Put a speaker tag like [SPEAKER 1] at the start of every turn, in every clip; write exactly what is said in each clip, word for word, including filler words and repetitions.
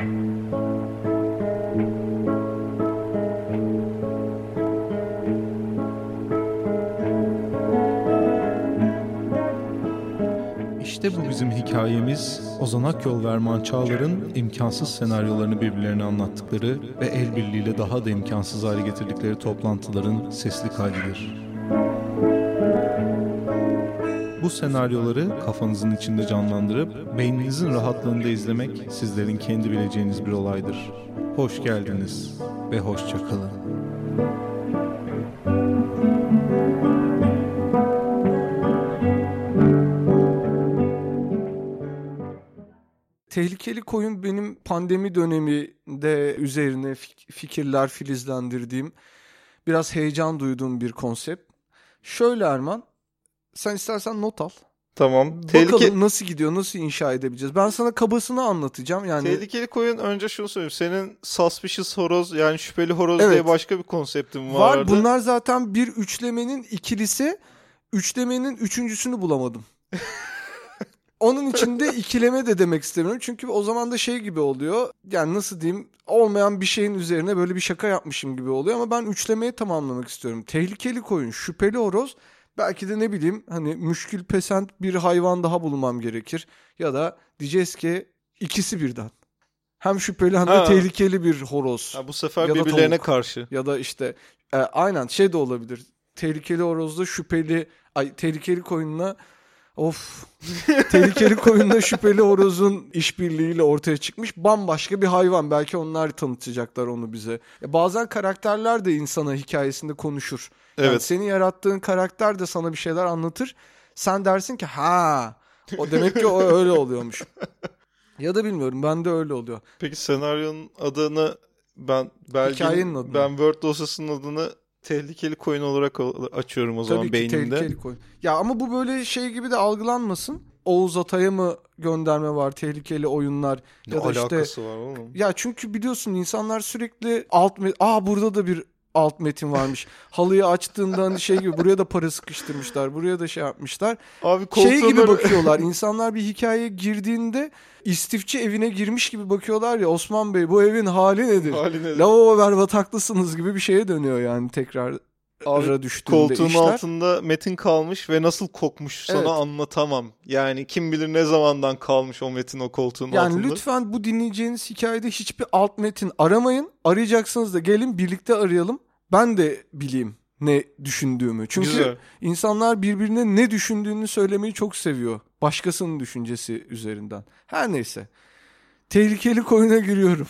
[SPEAKER 1] İşte bu bizim hikayemiz, Ozan Akyol ve Erman Çağlar'ın imkansız senaryolarını birbirlerine anlattıkları ve el birliğiyle daha da imkansız hale getirdikleri toplantıların sesli kaydıdır. Bu senaryoları kafanızın içinde canlandırıp beyninizin rahatlığında izlemek sizlerin kendi bileceğiniz bir olaydır. Hoş geldiniz ve hoşça kalın.
[SPEAKER 2] Tehlikeli Koyun benim pandemi döneminde üzerine fikirler filizlendirdiğim, biraz heyecan duyduğum bir konsept. Şöyle Erman, sen istersen not al.
[SPEAKER 3] Tamam.
[SPEAKER 2] Tehlike... Bakalım nasıl gidiyor, nasıl inşa edebileceğiz. Ben sana kabasını anlatacağım. Yani
[SPEAKER 3] Tehlikeli Koyun, önce şunu söyleyeyim. Senin Suspicious Horoz, yani şüpheli horoz
[SPEAKER 2] evet,
[SPEAKER 3] diye başka bir konseptin vardı.
[SPEAKER 2] Var. Bunlar zaten bir üçlemenin ikilisi. Üçlemenin üçüncüsünü bulamadım. Onun içinde ikileme de demek istemiyorum. Çünkü o zaman da şey gibi oluyor. Yani nasıl diyeyim, olmayan bir şeyin üzerine böyle bir şaka yapmışım gibi oluyor. Ama ben üçlemeyi tamamlamak istiyorum. Tehlikeli Koyun, şüpheli horoz. Belki de ne bileyim, hani müşkül pesent bir hayvan daha bulmam gerekir. Ya da diyeceğiz ki ikisi birden. Hem şüpheli hem de ha. tehlikeli bir horoz.
[SPEAKER 3] Ha, bu sefer birbirlerine
[SPEAKER 2] tavuk.
[SPEAKER 3] karşı.
[SPEAKER 2] Ya da işte e, aynen şey de olabilir. Tehlikeli horozda şüpheli, ay tehlikeli koyunla of tehlikeli koyunla şüpheli horozun işbirliğiyle ortaya çıkmış bambaşka bir hayvan. Belki onlar tanıtacaklar onu bize. E, bazen karakterler de insana hikayesinde konuşur. Yani evet. Senin yarattığın karakter de sana bir şeyler anlatır. Sen dersin ki ha, o demek ki o öyle oluyormuş. Ya da bilmiyorum, ben de öyle oluyor.
[SPEAKER 3] Peki senaryonun adını ben belgenin, adını. ben Word dosyasının adını Tehlikeli Koyun olarak açıyorum o zaman beynimde. Tabii ki
[SPEAKER 2] Tehlikeli Koyun. Ya ama bu böyle şey gibi de algılanmasın. Oğuz Atay'a mı gönderme var, tehlikeli oyunlar
[SPEAKER 3] ne
[SPEAKER 2] ya da
[SPEAKER 3] alakası
[SPEAKER 2] işte
[SPEAKER 3] var oğlum?
[SPEAKER 2] Ya çünkü biliyorsun insanlar sürekli alt met- aa burada da bir alt metin varmış. Halıyı açtığında hani şey gibi buraya da para sıkıştırmışlar. Buraya da şey yapmışlar. Abi koltuğları... Şey gibi bakıyorlar. İnsanlar bir hikayeye girdiğinde istifçi evine girmiş gibi bakıyorlar ya, Osman Bey bu evin hali nedir? Hali nedir? Lavabo berbat, haklısınız gibi bir şeye dönüyor yani tekrar.
[SPEAKER 3] Abi, koltuğun işler. altında metin kalmış ve nasıl kokmuş sana evet. anlatamam. Yani kim bilir ne zamandan kalmış o metin o koltuğun
[SPEAKER 2] yani
[SPEAKER 3] altında.
[SPEAKER 2] Yani lütfen bu dinleyeceğiniz hikayede hiçbir alt metin aramayın. Arayacaksanız da gelin birlikte arayalım. Ben de bileyim ne düşündüğümü. Çünkü Güzel. insanlar birbirine ne düşündüğünü söylemeyi çok seviyor. Başkasının düşüncesi üzerinden. Her neyse. Tehlikeli Koyun'a giriyorum.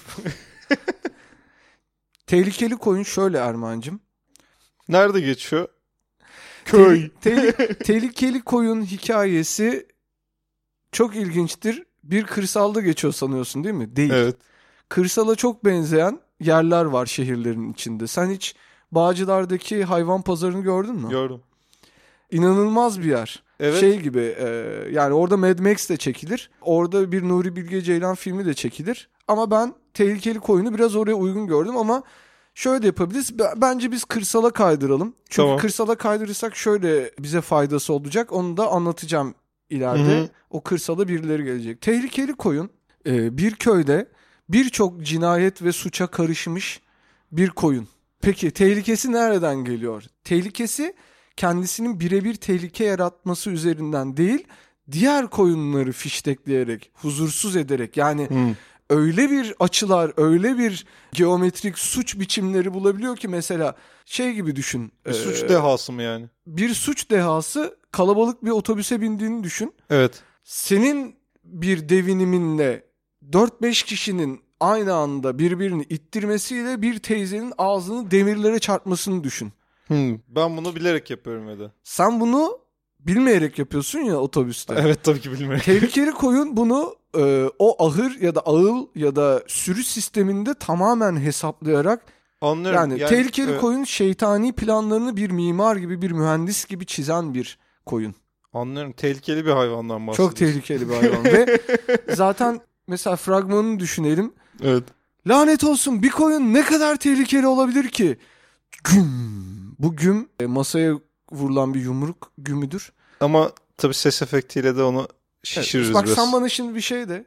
[SPEAKER 2] Tehlikeli Koyun şöyle Erman'cığım.
[SPEAKER 3] Nerede geçiyor? Köy.
[SPEAKER 2] Te- te- tehlikeli Koyun hikayesi çok ilginçtir. Bir kırsalda geçiyor sanıyorsun değil mi? Değil.
[SPEAKER 3] Evet.
[SPEAKER 2] Kırsala çok benzeyen yerler var şehirlerin içinde. Sen hiç Bağcılar'daki hayvan pazarını gördün mü?
[SPEAKER 3] Gördüm.
[SPEAKER 2] İnanılmaz bir yer.
[SPEAKER 3] Evet.
[SPEAKER 2] Şey gibi e, yani orada Mad Max de çekilir. Orada bir Nuri Bilge Ceylan filmi de çekilir. Ama ben Tehlikeli Koyun'u biraz oraya uygun gördüm ama şöyle de yapabiliriz. Bence biz kırsala kaydıralım. Çünkü tamam. kırsala kaydırırsak şöyle bize faydası olacak. Onu da anlatacağım ileride. Hı-hı. O kırsala birileri gelecek. Tehlikeli Koyun bir köyde birçok cinayet ve suça karışmış bir koyun. Peki tehlikesi nereden geliyor? Tehlikesi kendisinin birebir tehlike yaratması üzerinden değil, diğer koyunları fiştekleyerek, huzursuz ederek, yani hmm. öyle bir açılar, öyle bir geometrik suç biçimleri bulabiliyor ki mesela şey gibi düşün.
[SPEAKER 3] Bir e, suç dehası mı yani?
[SPEAKER 2] Bir suç dehası, kalabalık bir otobüse bindiğini düşün.
[SPEAKER 3] Evet.
[SPEAKER 2] Senin bir deviniminle dört beş kişinin aynı anda birbirini ittirmesiyle bir teyzenin ağzını demirlere çarpmasını düşün.
[SPEAKER 3] Hmm, ben bunu bilerek yapıyorum Eda.
[SPEAKER 2] Sen bunu bilmeyerek yapıyorsun ya otobüste.
[SPEAKER 3] Evet, tabii ki bilmeyerek.
[SPEAKER 2] Tehlikeli Koyun bunu e, o ahır ya da ağıl ya da sürü sisteminde tamamen hesaplayarak
[SPEAKER 3] anlıyorum.
[SPEAKER 2] Yani, yani Tehlikeli evet. Koyun şeytani planlarını bir mimar gibi, bir mühendis gibi çizen bir koyun.
[SPEAKER 3] Anlıyorum. Tehlikeli bir hayvandan bahsediyorsun.
[SPEAKER 2] Çok tehlikeli bir hayvan ve zaten mesela fragmanını düşünelim.
[SPEAKER 3] Evet.
[SPEAKER 2] Lanet olsun, bir koyun ne kadar tehlikeli olabilir ki? Güm. Bu güm masaya vurulan bir yumruk gümüdür.
[SPEAKER 3] Ama tabii ses efektiyle de onu şişiririz
[SPEAKER 2] evet, bak
[SPEAKER 3] biraz.
[SPEAKER 2] Sen bana şimdi bir şey de.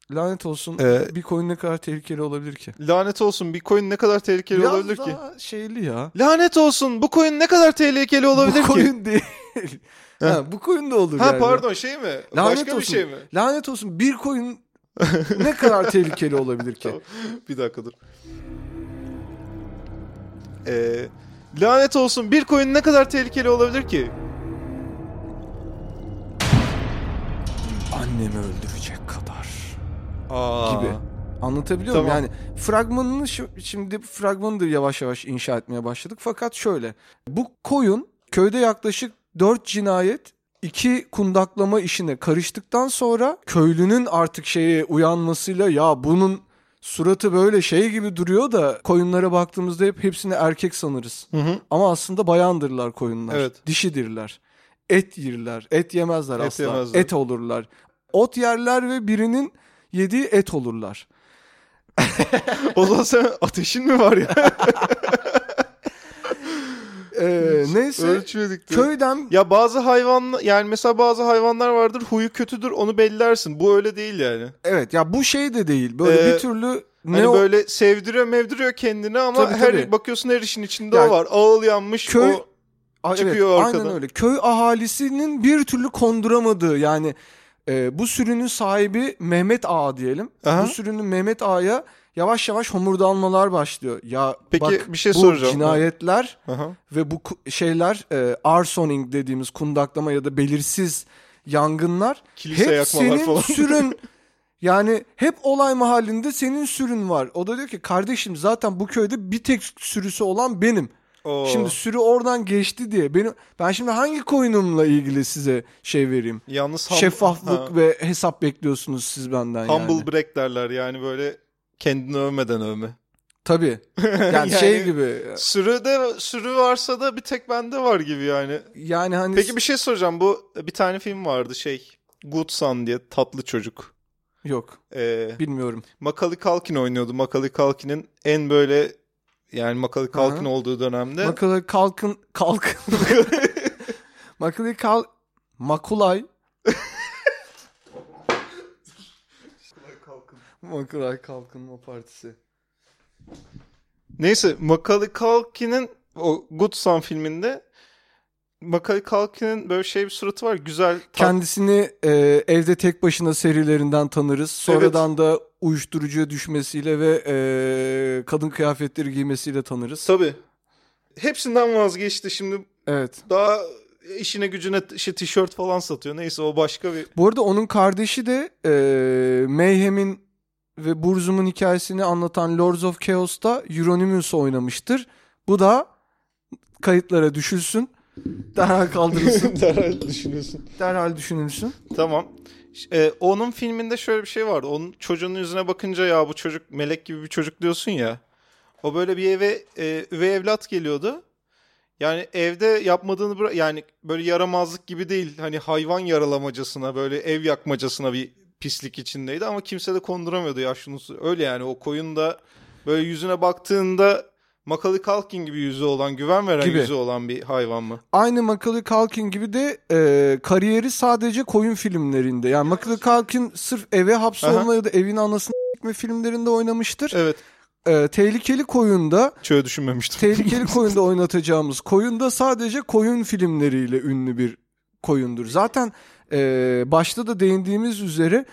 [SPEAKER 2] Lanet olsun
[SPEAKER 3] Ee,
[SPEAKER 2] bir koyun ne kadar tehlikeli olabilir ki?
[SPEAKER 3] Lanet olsun bir koyun ne kadar tehlikeli
[SPEAKER 2] Biraz
[SPEAKER 3] olabilir ki?
[SPEAKER 2] daha şeyli ya.
[SPEAKER 3] Lanet olsun bu koyun ne kadar tehlikeli olabilir
[SPEAKER 2] Bu
[SPEAKER 3] ki?
[SPEAKER 2] koyun değil. ha, bu koyun da olur
[SPEAKER 3] Ha
[SPEAKER 2] yani.
[SPEAKER 3] pardon şey mi?
[SPEAKER 2] Lanet
[SPEAKER 3] Başka
[SPEAKER 2] olsun.
[SPEAKER 3] bir şey mi?
[SPEAKER 2] Lanet olsun bir koyun ne kadar tehlikeli olabilir ki?
[SPEAKER 3] Tamam. Bir dakika dur. Ee, lanet olsun bir koyun ne kadar tehlikeli olabilir ki?
[SPEAKER 2] Annemi öldürecek kadar
[SPEAKER 3] Aa.
[SPEAKER 2] gibi. Anlatabiliyor
[SPEAKER 3] Tamam.
[SPEAKER 2] muyum? Yani fragmanını şu, şimdi fragmanı da yavaş yavaş inşa etmeye başladık. Fakat şöyle. Bu koyun köyde yaklaşık dört cinayet, iki kundaklama işine karıştıktan sonra köylünün artık şeye uyanmasıyla ya bunun suratı böyle şey gibi duruyor da koyunlara baktığımızda hep hepsini erkek sanırız.
[SPEAKER 3] Hı hı.
[SPEAKER 2] Ama aslında bayandırlar koyunlar.
[SPEAKER 3] Evet.
[SPEAKER 2] Dişidirler. Et yerler. Et yemezler
[SPEAKER 3] Et
[SPEAKER 2] asla.
[SPEAKER 3] yemezler.
[SPEAKER 2] Et olurlar. Ot yerler ve birinin yediği et olurlar.
[SPEAKER 3] O zaman sen ateşin mi var ya?
[SPEAKER 2] Ee, neyse
[SPEAKER 3] Ölçmedik de.
[SPEAKER 2] köyden
[SPEAKER 3] Ya bazı hayvan yani mesela bazı hayvanlar vardır huyu kötüdür onu bellersin. Bu öyle değil yani.
[SPEAKER 2] evet ya bu şey de değil. Böyle
[SPEAKER 3] Ee,
[SPEAKER 2] bir türlü ne
[SPEAKER 3] Hani
[SPEAKER 2] o
[SPEAKER 3] böyle sevdiriyor mevdiriyor kendini ama
[SPEAKER 2] Tabii,
[SPEAKER 3] her
[SPEAKER 2] tabii.
[SPEAKER 3] bakıyorsun her işin içinde
[SPEAKER 2] Yani
[SPEAKER 3] o var. Ağıl yanmış
[SPEAKER 2] köy-
[SPEAKER 3] o
[SPEAKER 2] Aa,
[SPEAKER 3] çıkıyor
[SPEAKER 2] evet,
[SPEAKER 3] arkadan.
[SPEAKER 2] aynen öyle. Köy ahalisinin bir türlü konduramadığı yani e, bu sürünün sahibi Mehmet Ağa diyelim.
[SPEAKER 3] Aha.
[SPEAKER 2] Bu sürünün Mehmet Ağa'ya yavaş yavaş homurdanmalar başlıyor. Ya
[SPEAKER 3] Peki,
[SPEAKER 2] bak
[SPEAKER 3] bir şey
[SPEAKER 2] bu
[SPEAKER 3] soracağım.
[SPEAKER 2] cinayetler
[SPEAKER 3] Aha.
[SPEAKER 2] ve bu ku- şeyler e, arsoning dediğimiz kundaklama ya da belirsiz yangınlar
[SPEAKER 3] Kilise
[SPEAKER 2] hep
[SPEAKER 3] yakmalar
[SPEAKER 2] senin
[SPEAKER 3] falan.
[SPEAKER 2] sürün. Yani hep olay mahallinde senin sürün var. O da diyor ki kardeşim zaten bu köyde bir tek sürüsü olan benim.
[SPEAKER 3] Oo.
[SPEAKER 2] Şimdi sürü oradan geçti diye benim ben şimdi hangi koyunumla ilgili size şey vereyim?
[SPEAKER 3] Yalnız hum-
[SPEAKER 2] Şeffaflık
[SPEAKER 3] ha.
[SPEAKER 2] ve hesap bekliyorsunuz siz benden
[SPEAKER 3] Humble
[SPEAKER 2] yani.
[SPEAKER 3] break derler yani böyle kendini övmeden övme.
[SPEAKER 2] Tabii. Yani,
[SPEAKER 3] Yani
[SPEAKER 2] şey gibi.
[SPEAKER 3] Sürüde sürü varsa da bir tek bende var gibi yani.
[SPEAKER 2] Yani hani
[SPEAKER 3] Peki bir şey soracağım. Bu bir tane film vardı şey Good Son diye tatlı çocuk.
[SPEAKER 2] yok.
[SPEAKER 3] Ee,
[SPEAKER 2] Bilmiyorum.
[SPEAKER 3] Macaulay Culkin oynuyordu. Macaulay Culkin'in en böyle yani Macaulay Culkin
[SPEAKER 2] Hı hı.
[SPEAKER 3] olduğu dönemde.
[SPEAKER 2] Macaulay kalkın kalkın. Macaulay kal Makulay. Makulay Kalkınma Partisi.
[SPEAKER 3] Neyse Macaulay Culkin'in o Good Son filminde Macaulay Culkin'in böyle şey bir suratı var. Güzel. Tat...
[SPEAKER 2] Kendisini e, Evde Tek Başına serilerinden tanırız. Sonradan da uyuşturucuya düşmesiyle ve e, kadın kıyafetleri giymesiyle tanırız.
[SPEAKER 3] Tabii. Hepsinden vazgeçti şimdi.
[SPEAKER 2] Evet.
[SPEAKER 3] Daha işine gücüne işte tişört falan satıyor. Neyse o başka bir...
[SPEAKER 2] Bu arada onun kardeşi de e, Mayhem'in ve Burzum'un hikayesini anlatan Lords of Chaos'ta Euronymous oynamıştır. Bu da kayıtlara düşülsün. Derhal kaldırılsın.
[SPEAKER 3] Derhal düşünüyorsun.
[SPEAKER 2] Derhal düşünülsün.
[SPEAKER 3] Tamam. Ee, onun filminde şöyle bir şey vardı. Onun çocuğunun yüzüne bakınca ya bu çocuk melek gibi bir çocuk diyorsun ya. O böyle bir eve e, üvey evlat geliyordu. Yani evde yapmadığını bıra- yani böyle yaramazlık gibi değil. Hani hayvan yaralamacasına böyle ev yakmacasına bir pislik içindeydi ama kimse de konduramıyordu ya şunu. Öyle yani o koyun da böyle yüzüne baktığında Macaulay Culkin gibi yüzü olan, güven veren
[SPEAKER 2] Gibi.
[SPEAKER 3] yüzü olan bir hayvan mı?
[SPEAKER 2] Aynı Macaulay Culkin gibi de e, kariyeri sadece koyun filmlerinde. Yani Macaulay Culkin sırf eve hapsolma ya da evin anasını s**me filmlerinde oynamıştır.
[SPEAKER 3] Evet.
[SPEAKER 2] E, Tehlikeli Koyun'da
[SPEAKER 3] Şöyle düşünmemiştim.
[SPEAKER 2] Tehlikeli Koyun'da oynatacağımız koyunda sadece koyun filmleriyle ünlü bir koyundur. Zaten e, başta da değindiğimiz üzere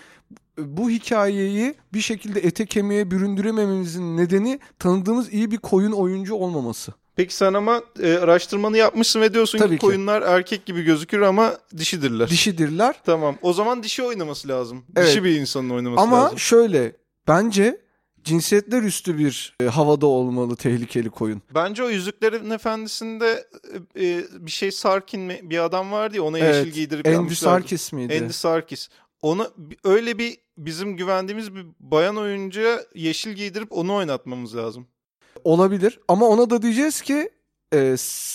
[SPEAKER 2] bu hikayeyi bir şekilde ete kemiğe büründüremememizin nedeni tanıdığımız iyi bir koyun oyuncu olmaması.
[SPEAKER 3] Peki sen ama e, araştırmanı yapmışsın ve diyorsun
[SPEAKER 2] Tabii
[SPEAKER 3] ki
[SPEAKER 2] ki.
[SPEAKER 3] koyunlar erkek gibi gözükür ama dişidirler.
[SPEAKER 2] Dişidirler.
[SPEAKER 3] Tamam. O zaman dişi oynaması lazım.
[SPEAKER 2] Evet.
[SPEAKER 3] Dişi bir insanın oynaması
[SPEAKER 2] Ama
[SPEAKER 3] lazım.
[SPEAKER 2] şöyle bence cinsiyetler üstü bir e, havada olmalı tehlikeli koyun.
[SPEAKER 3] Bence o Yüzüklerin Efendisi'nde e, e, bir şey Sarkin mi bir adam vardı ya ona yeşil
[SPEAKER 2] Evet,
[SPEAKER 3] giydirip
[SPEAKER 2] Andy
[SPEAKER 3] yapmışlardı.
[SPEAKER 2] Serkis miydi?
[SPEAKER 3] Andy Serkis. Ona öyle bir bizim güvendiğimiz bir bayan oyuncuya yeşil giydirip onu oynatmamız lazım.
[SPEAKER 2] Olabilir ama ona da diyeceğiz ki e,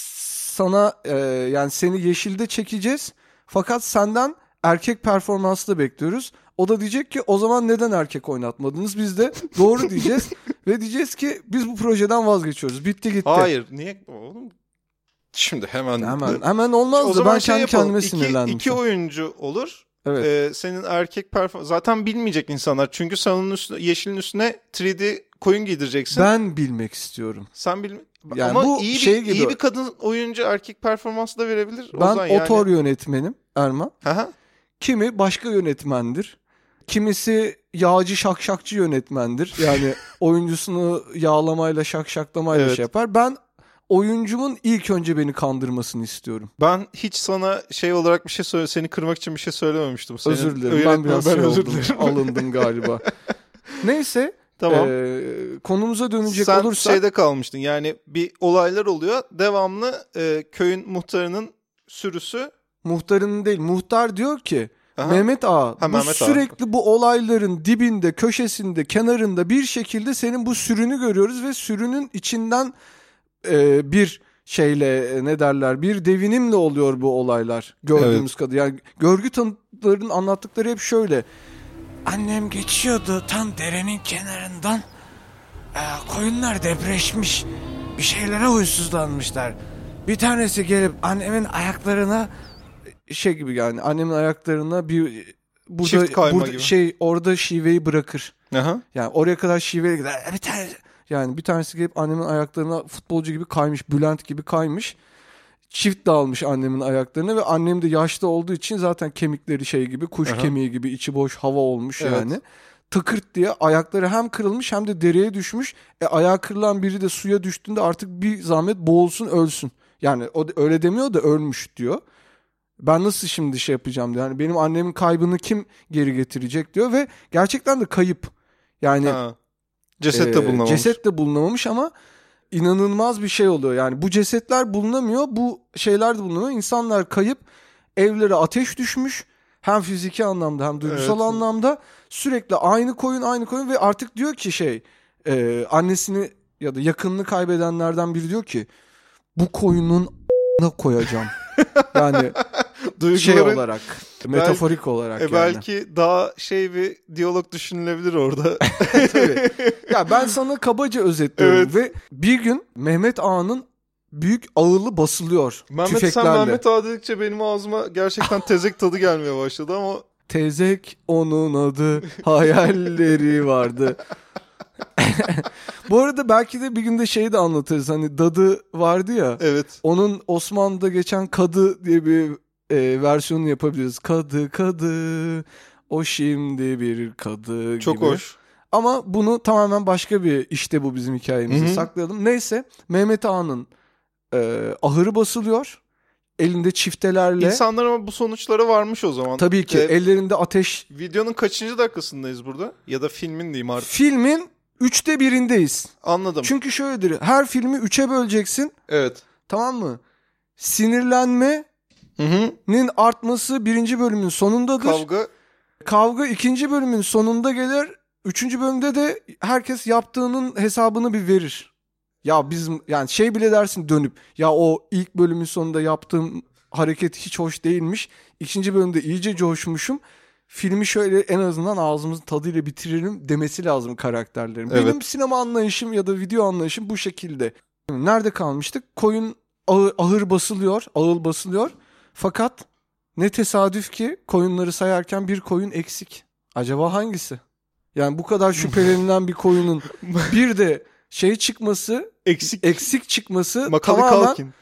[SPEAKER 2] sana e, yani seni yeşilde çekeceğiz fakat senden erkek performansı da bekliyoruz. O da diyecek ki o zaman neden erkek oynatmadınız? Biz de doğru diyeceğiz ve diyeceğiz ki biz bu projeden vazgeçiyoruz. Bitti gitti.
[SPEAKER 3] Hayır. Niye? Oğlum. Şimdi hemen.
[SPEAKER 2] Hemen hemen olmazdı.
[SPEAKER 3] O zaman
[SPEAKER 2] Ben
[SPEAKER 3] şey
[SPEAKER 2] kendi
[SPEAKER 3] yapalım.
[SPEAKER 2] kendime
[SPEAKER 3] İki,
[SPEAKER 2] sinirlendim.
[SPEAKER 3] iki oyuncu olur.
[SPEAKER 2] Evet.
[SPEAKER 3] e, senin erkek performans zaten bilmeyecek insanlar. Çünkü sen onun üstüne, yeşilin üstüne üç D koyun giydireceksin.
[SPEAKER 2] Ben bilmek istiyorum.
[SPEAKER 3] Sen bilme.
[SPEAKER 2] Yani
[SPEAKER 3] ama
[SPEAKER 2] bu
[SPEAKER 3] iyi
[SPEAKER 2] şey
[SPEAKER 3] bir
[SPEAKER 2] gibi-
[SPEAKER 3] iyi bir kadın oyuncu erkek performansı da verebilir.
[SPEAKER 2] Ben
[SPEAKER 3] Ozan yani.
[SPEAKER 2] otor yönetmenim Erman.
[SPEAKER 3] Aha.
[SPEAKER 2] Kimi başka yönetmendir. Kimisi yağcı şakşakçı yönetmendir. Yani oyuncusunu yağlamayla şakşaklamayla
[SPEAKER 3] Evet.
[SPEAKER 2] şey yapar. Ben oyuncumun ilk önce beni kandırmasını istiyorum.
[SPEAKER 3] Ben hiç sana şey olarak bir şey söyle, seni kırmak için bir şey söylememiştim. Senin
[SPEAKER 2] Özür dilerim.
[SPEAKER 3] öğretmen-
[SPEAKER 2] Ben biraz
[SPEAKER 3] ben
[SPEAKER 2] şey
[SPEAKER 3] özür
[SPEAKER 2] oldum.
[SPEAKER 3] dilerim.
[SPEAKER 2] Alındım galiba. Neyse.
[SPEAKER 3] Tamam.
[SPEAKER 2] e, konumuza dönecek
[SPEAKER 3] Sen
[SPEAKER 2] olursak.
[SPEAKER 3] şeyde kalmıştın. Yani bir olaylar oluyor. Devamlı e, köyün muhtarının sürüsü.
[SPEAKER 2] Muhtarının değil. Muhtar diyor ki
[SPEAKER 3] Aha.
[SPEAKER 2] Mehmet Ağa
[SPEAKER 3] Ha,
[SPEAKER 2] bu
[SPEAKER 3] Mehmet Ağa.
[SPEAKER 2] sürekli bu olayların dibinde, köşesinde, kenarında bir şekilde senin bu sürünü görüyoruz ve sürünün içinden e, bir şeyle e, ne derler bir devinimle oluyor bu olaylar gördüğümüz
[SPEAKER 3] Evet.
[SPEAKER 2] kadar. Yani görgü tanıklarının anlattıkları hep şöyle. Annem geçiyordu tam derenin kenarından. Ee, koyunlar depreşmiş. Bir şeylere huysuzlanmışlar. Bir tanesi gelip annemin ayaklarına şey gibi yani annemin ayaklarına bir burada,
[SPEAKER 3] Çift kayma
[SPEAKER 2] burada
[SPEAKER 3] gibi.
[SPEAKER 2] şey orada şiveyi bırakır.
[SPEAKER 3] Aha.
[SPEAKER 2] Yani oraya kadar şiveyle gider. Bir tane yani bir tanesi gelip annemin ayaklarına futbolcu gibi kaymış, Bülent gibi kaymış. Çift dağılmış annemin ayaklarına ve annem de yaşlı olduğu için zaten kemikleri şey gibi kuş
[SPEAKER 3] Aha.
[SPEAKER 2] kemiği gibi içi boş hava olmuş
[SPEAKER 3] Evet.
[SPEAKER 2] yani. Tıkırt diye ayakları hem kırılmış hem de dereye düşmüş. E, ayağı kırılan biri de suya düştüğünde artık bir zahmet boğulsun ölsün. Yani o da- öyle demiyor da ölmüş diyor. Ben nasıl şimdi şey yapacağım diyor. Yani benim annemin kaybını kim geri getirecek diyor ve gerçekten de kayıp. Yani
[SPEAKER 3] Ha. Ceset de
[SPEAKER 2] ee,
[SPEAKER 3] bulunamamış.
[SPEAKER 2] Ceset de bulunamamış ama inanılmaz bir şey oluyor. Yani bu cesetler bulunamıyor, bu şeyler de bulunamıyor. İnsanlar kayıp, evlere ateş düşmüş. Hem fiziki anlamda hem duygusal
[SPEAKER 3] Evet.
[SPEAKER 2] anlamda sürekli aynı koyun aynı koyun ve artık diyor ki şey e, annesini ya da yakınını kaybedenlerden biri diyor ki bu koyunun a**ına koyacağım. Yani
[SPEAKER 3] Duyguların,
[SPEAKER 2] şey olarak metaforik olarak
[SPEAKER 3] e,
[SPEAKER 2] yani.
[SPEAKER 3] belki daha şey bir diyalog düşünülebilir orada.
[SPEAKER 2] Tabii. Ya ben sana kabaca özetliyorum
[SPEAKER 3] Evet.
[SPEAKER 2] ve bir gün Mehmet Ağa'nın büyük ağılı basılıyor
[SPEAKER 3] Mehmet
[SPEAKER 2] tüfeklerle.
[SPEAKER 3] sen Mehmet Ağa dedikçe benim ağzıma gerçekten tezek tadı gelmeye başladı ama
[SPEAKER 2] Tezek onun adı, hayalleri vardı. Bu arada belki de bir günde şeyi de anlatırız. Hani dadı vardı ya.
[SPEAKER 3] evet.
[SPEAKER 2] Onun Osmanlı'da geçen kadı diye bir e, versiyonunu yapabiliriz. Kadı kadı o şimdi bir kadı
[SPEAKER 3] Çok
[SPEAKER 2] gibi.
[SPEAKER 3] hoş.
[SPEAKER 2] Ama bunu tamamen başka bir işte bu bizim hikayemizi
[SPEAKER 3] Hı hı.
[SPEAKER 2] saklayalım. Neyse Mehmet Ağa'nın e, ahırı basılıyor. Elinde çiftelerle.
[SPEAKER 3] İnsanlar ama bu sonuçlara varmış o zaman.
[SPEAKER 2] Tabii ki
[SPEAKER 3] Ee,
[SPEAKER 2] ellerinde ateş.
[SPEAKER 3] Videonun kaçıncı dakikasındayız burada? Ya da filmin diyeyim artık.
[SPEAKER 2] Filmin üçte birindeyiz.
[SPEAKER 3] Anladım.
[SPEAKER 2] Çünkü şöyledir. Her filmi üçe böleceksin.
[SPEAKER 3] Evet.
[SPEAKER 2] Tamam mı? Sinirlenmenin
[SPEAKER 3] Hı hı.
[SPEAKER 2] artması birinci bölümün sonundadır.
[SPEAKER 3] Kavga.
[SPEAKER 2] Kavga ikinci bölümün sonunda gelir. Üçüncü bölümde de herkes yaptığının hesabını bir verir. Ya bizim yani şey bile dersin dönüp ya o ilk bölümün sonunda yaptığım hareket hiç hoş değilmiş. İkinci bölümde iyice coşmuşum. Filmi şöyle en azından ağzımızın tadıyla bitiririm demesi lazım karakterlerin.
[SPEAKER 3] Evet.
[SPEAKER 2] Benim sinema anlayışım ya da video anlayışım bu şekilde. Nerede kalmıştık? Koyun ahır, ahır basılıyor, ağıl basılıyor. Fakat ne tesadüf ki koyunları sayarken bir koyun eksik. Acaba hangisi? Yani bu kadar şüphelenilen bir koyunun bir de şey çıkması,
[SPEAKER 3] Eksik.
[SPEAKER 2] eksik çıkması
[SPEAKER 3] Makalı
[SPEAKER 2] tamamen
[SPEAKER 3] Kalkin.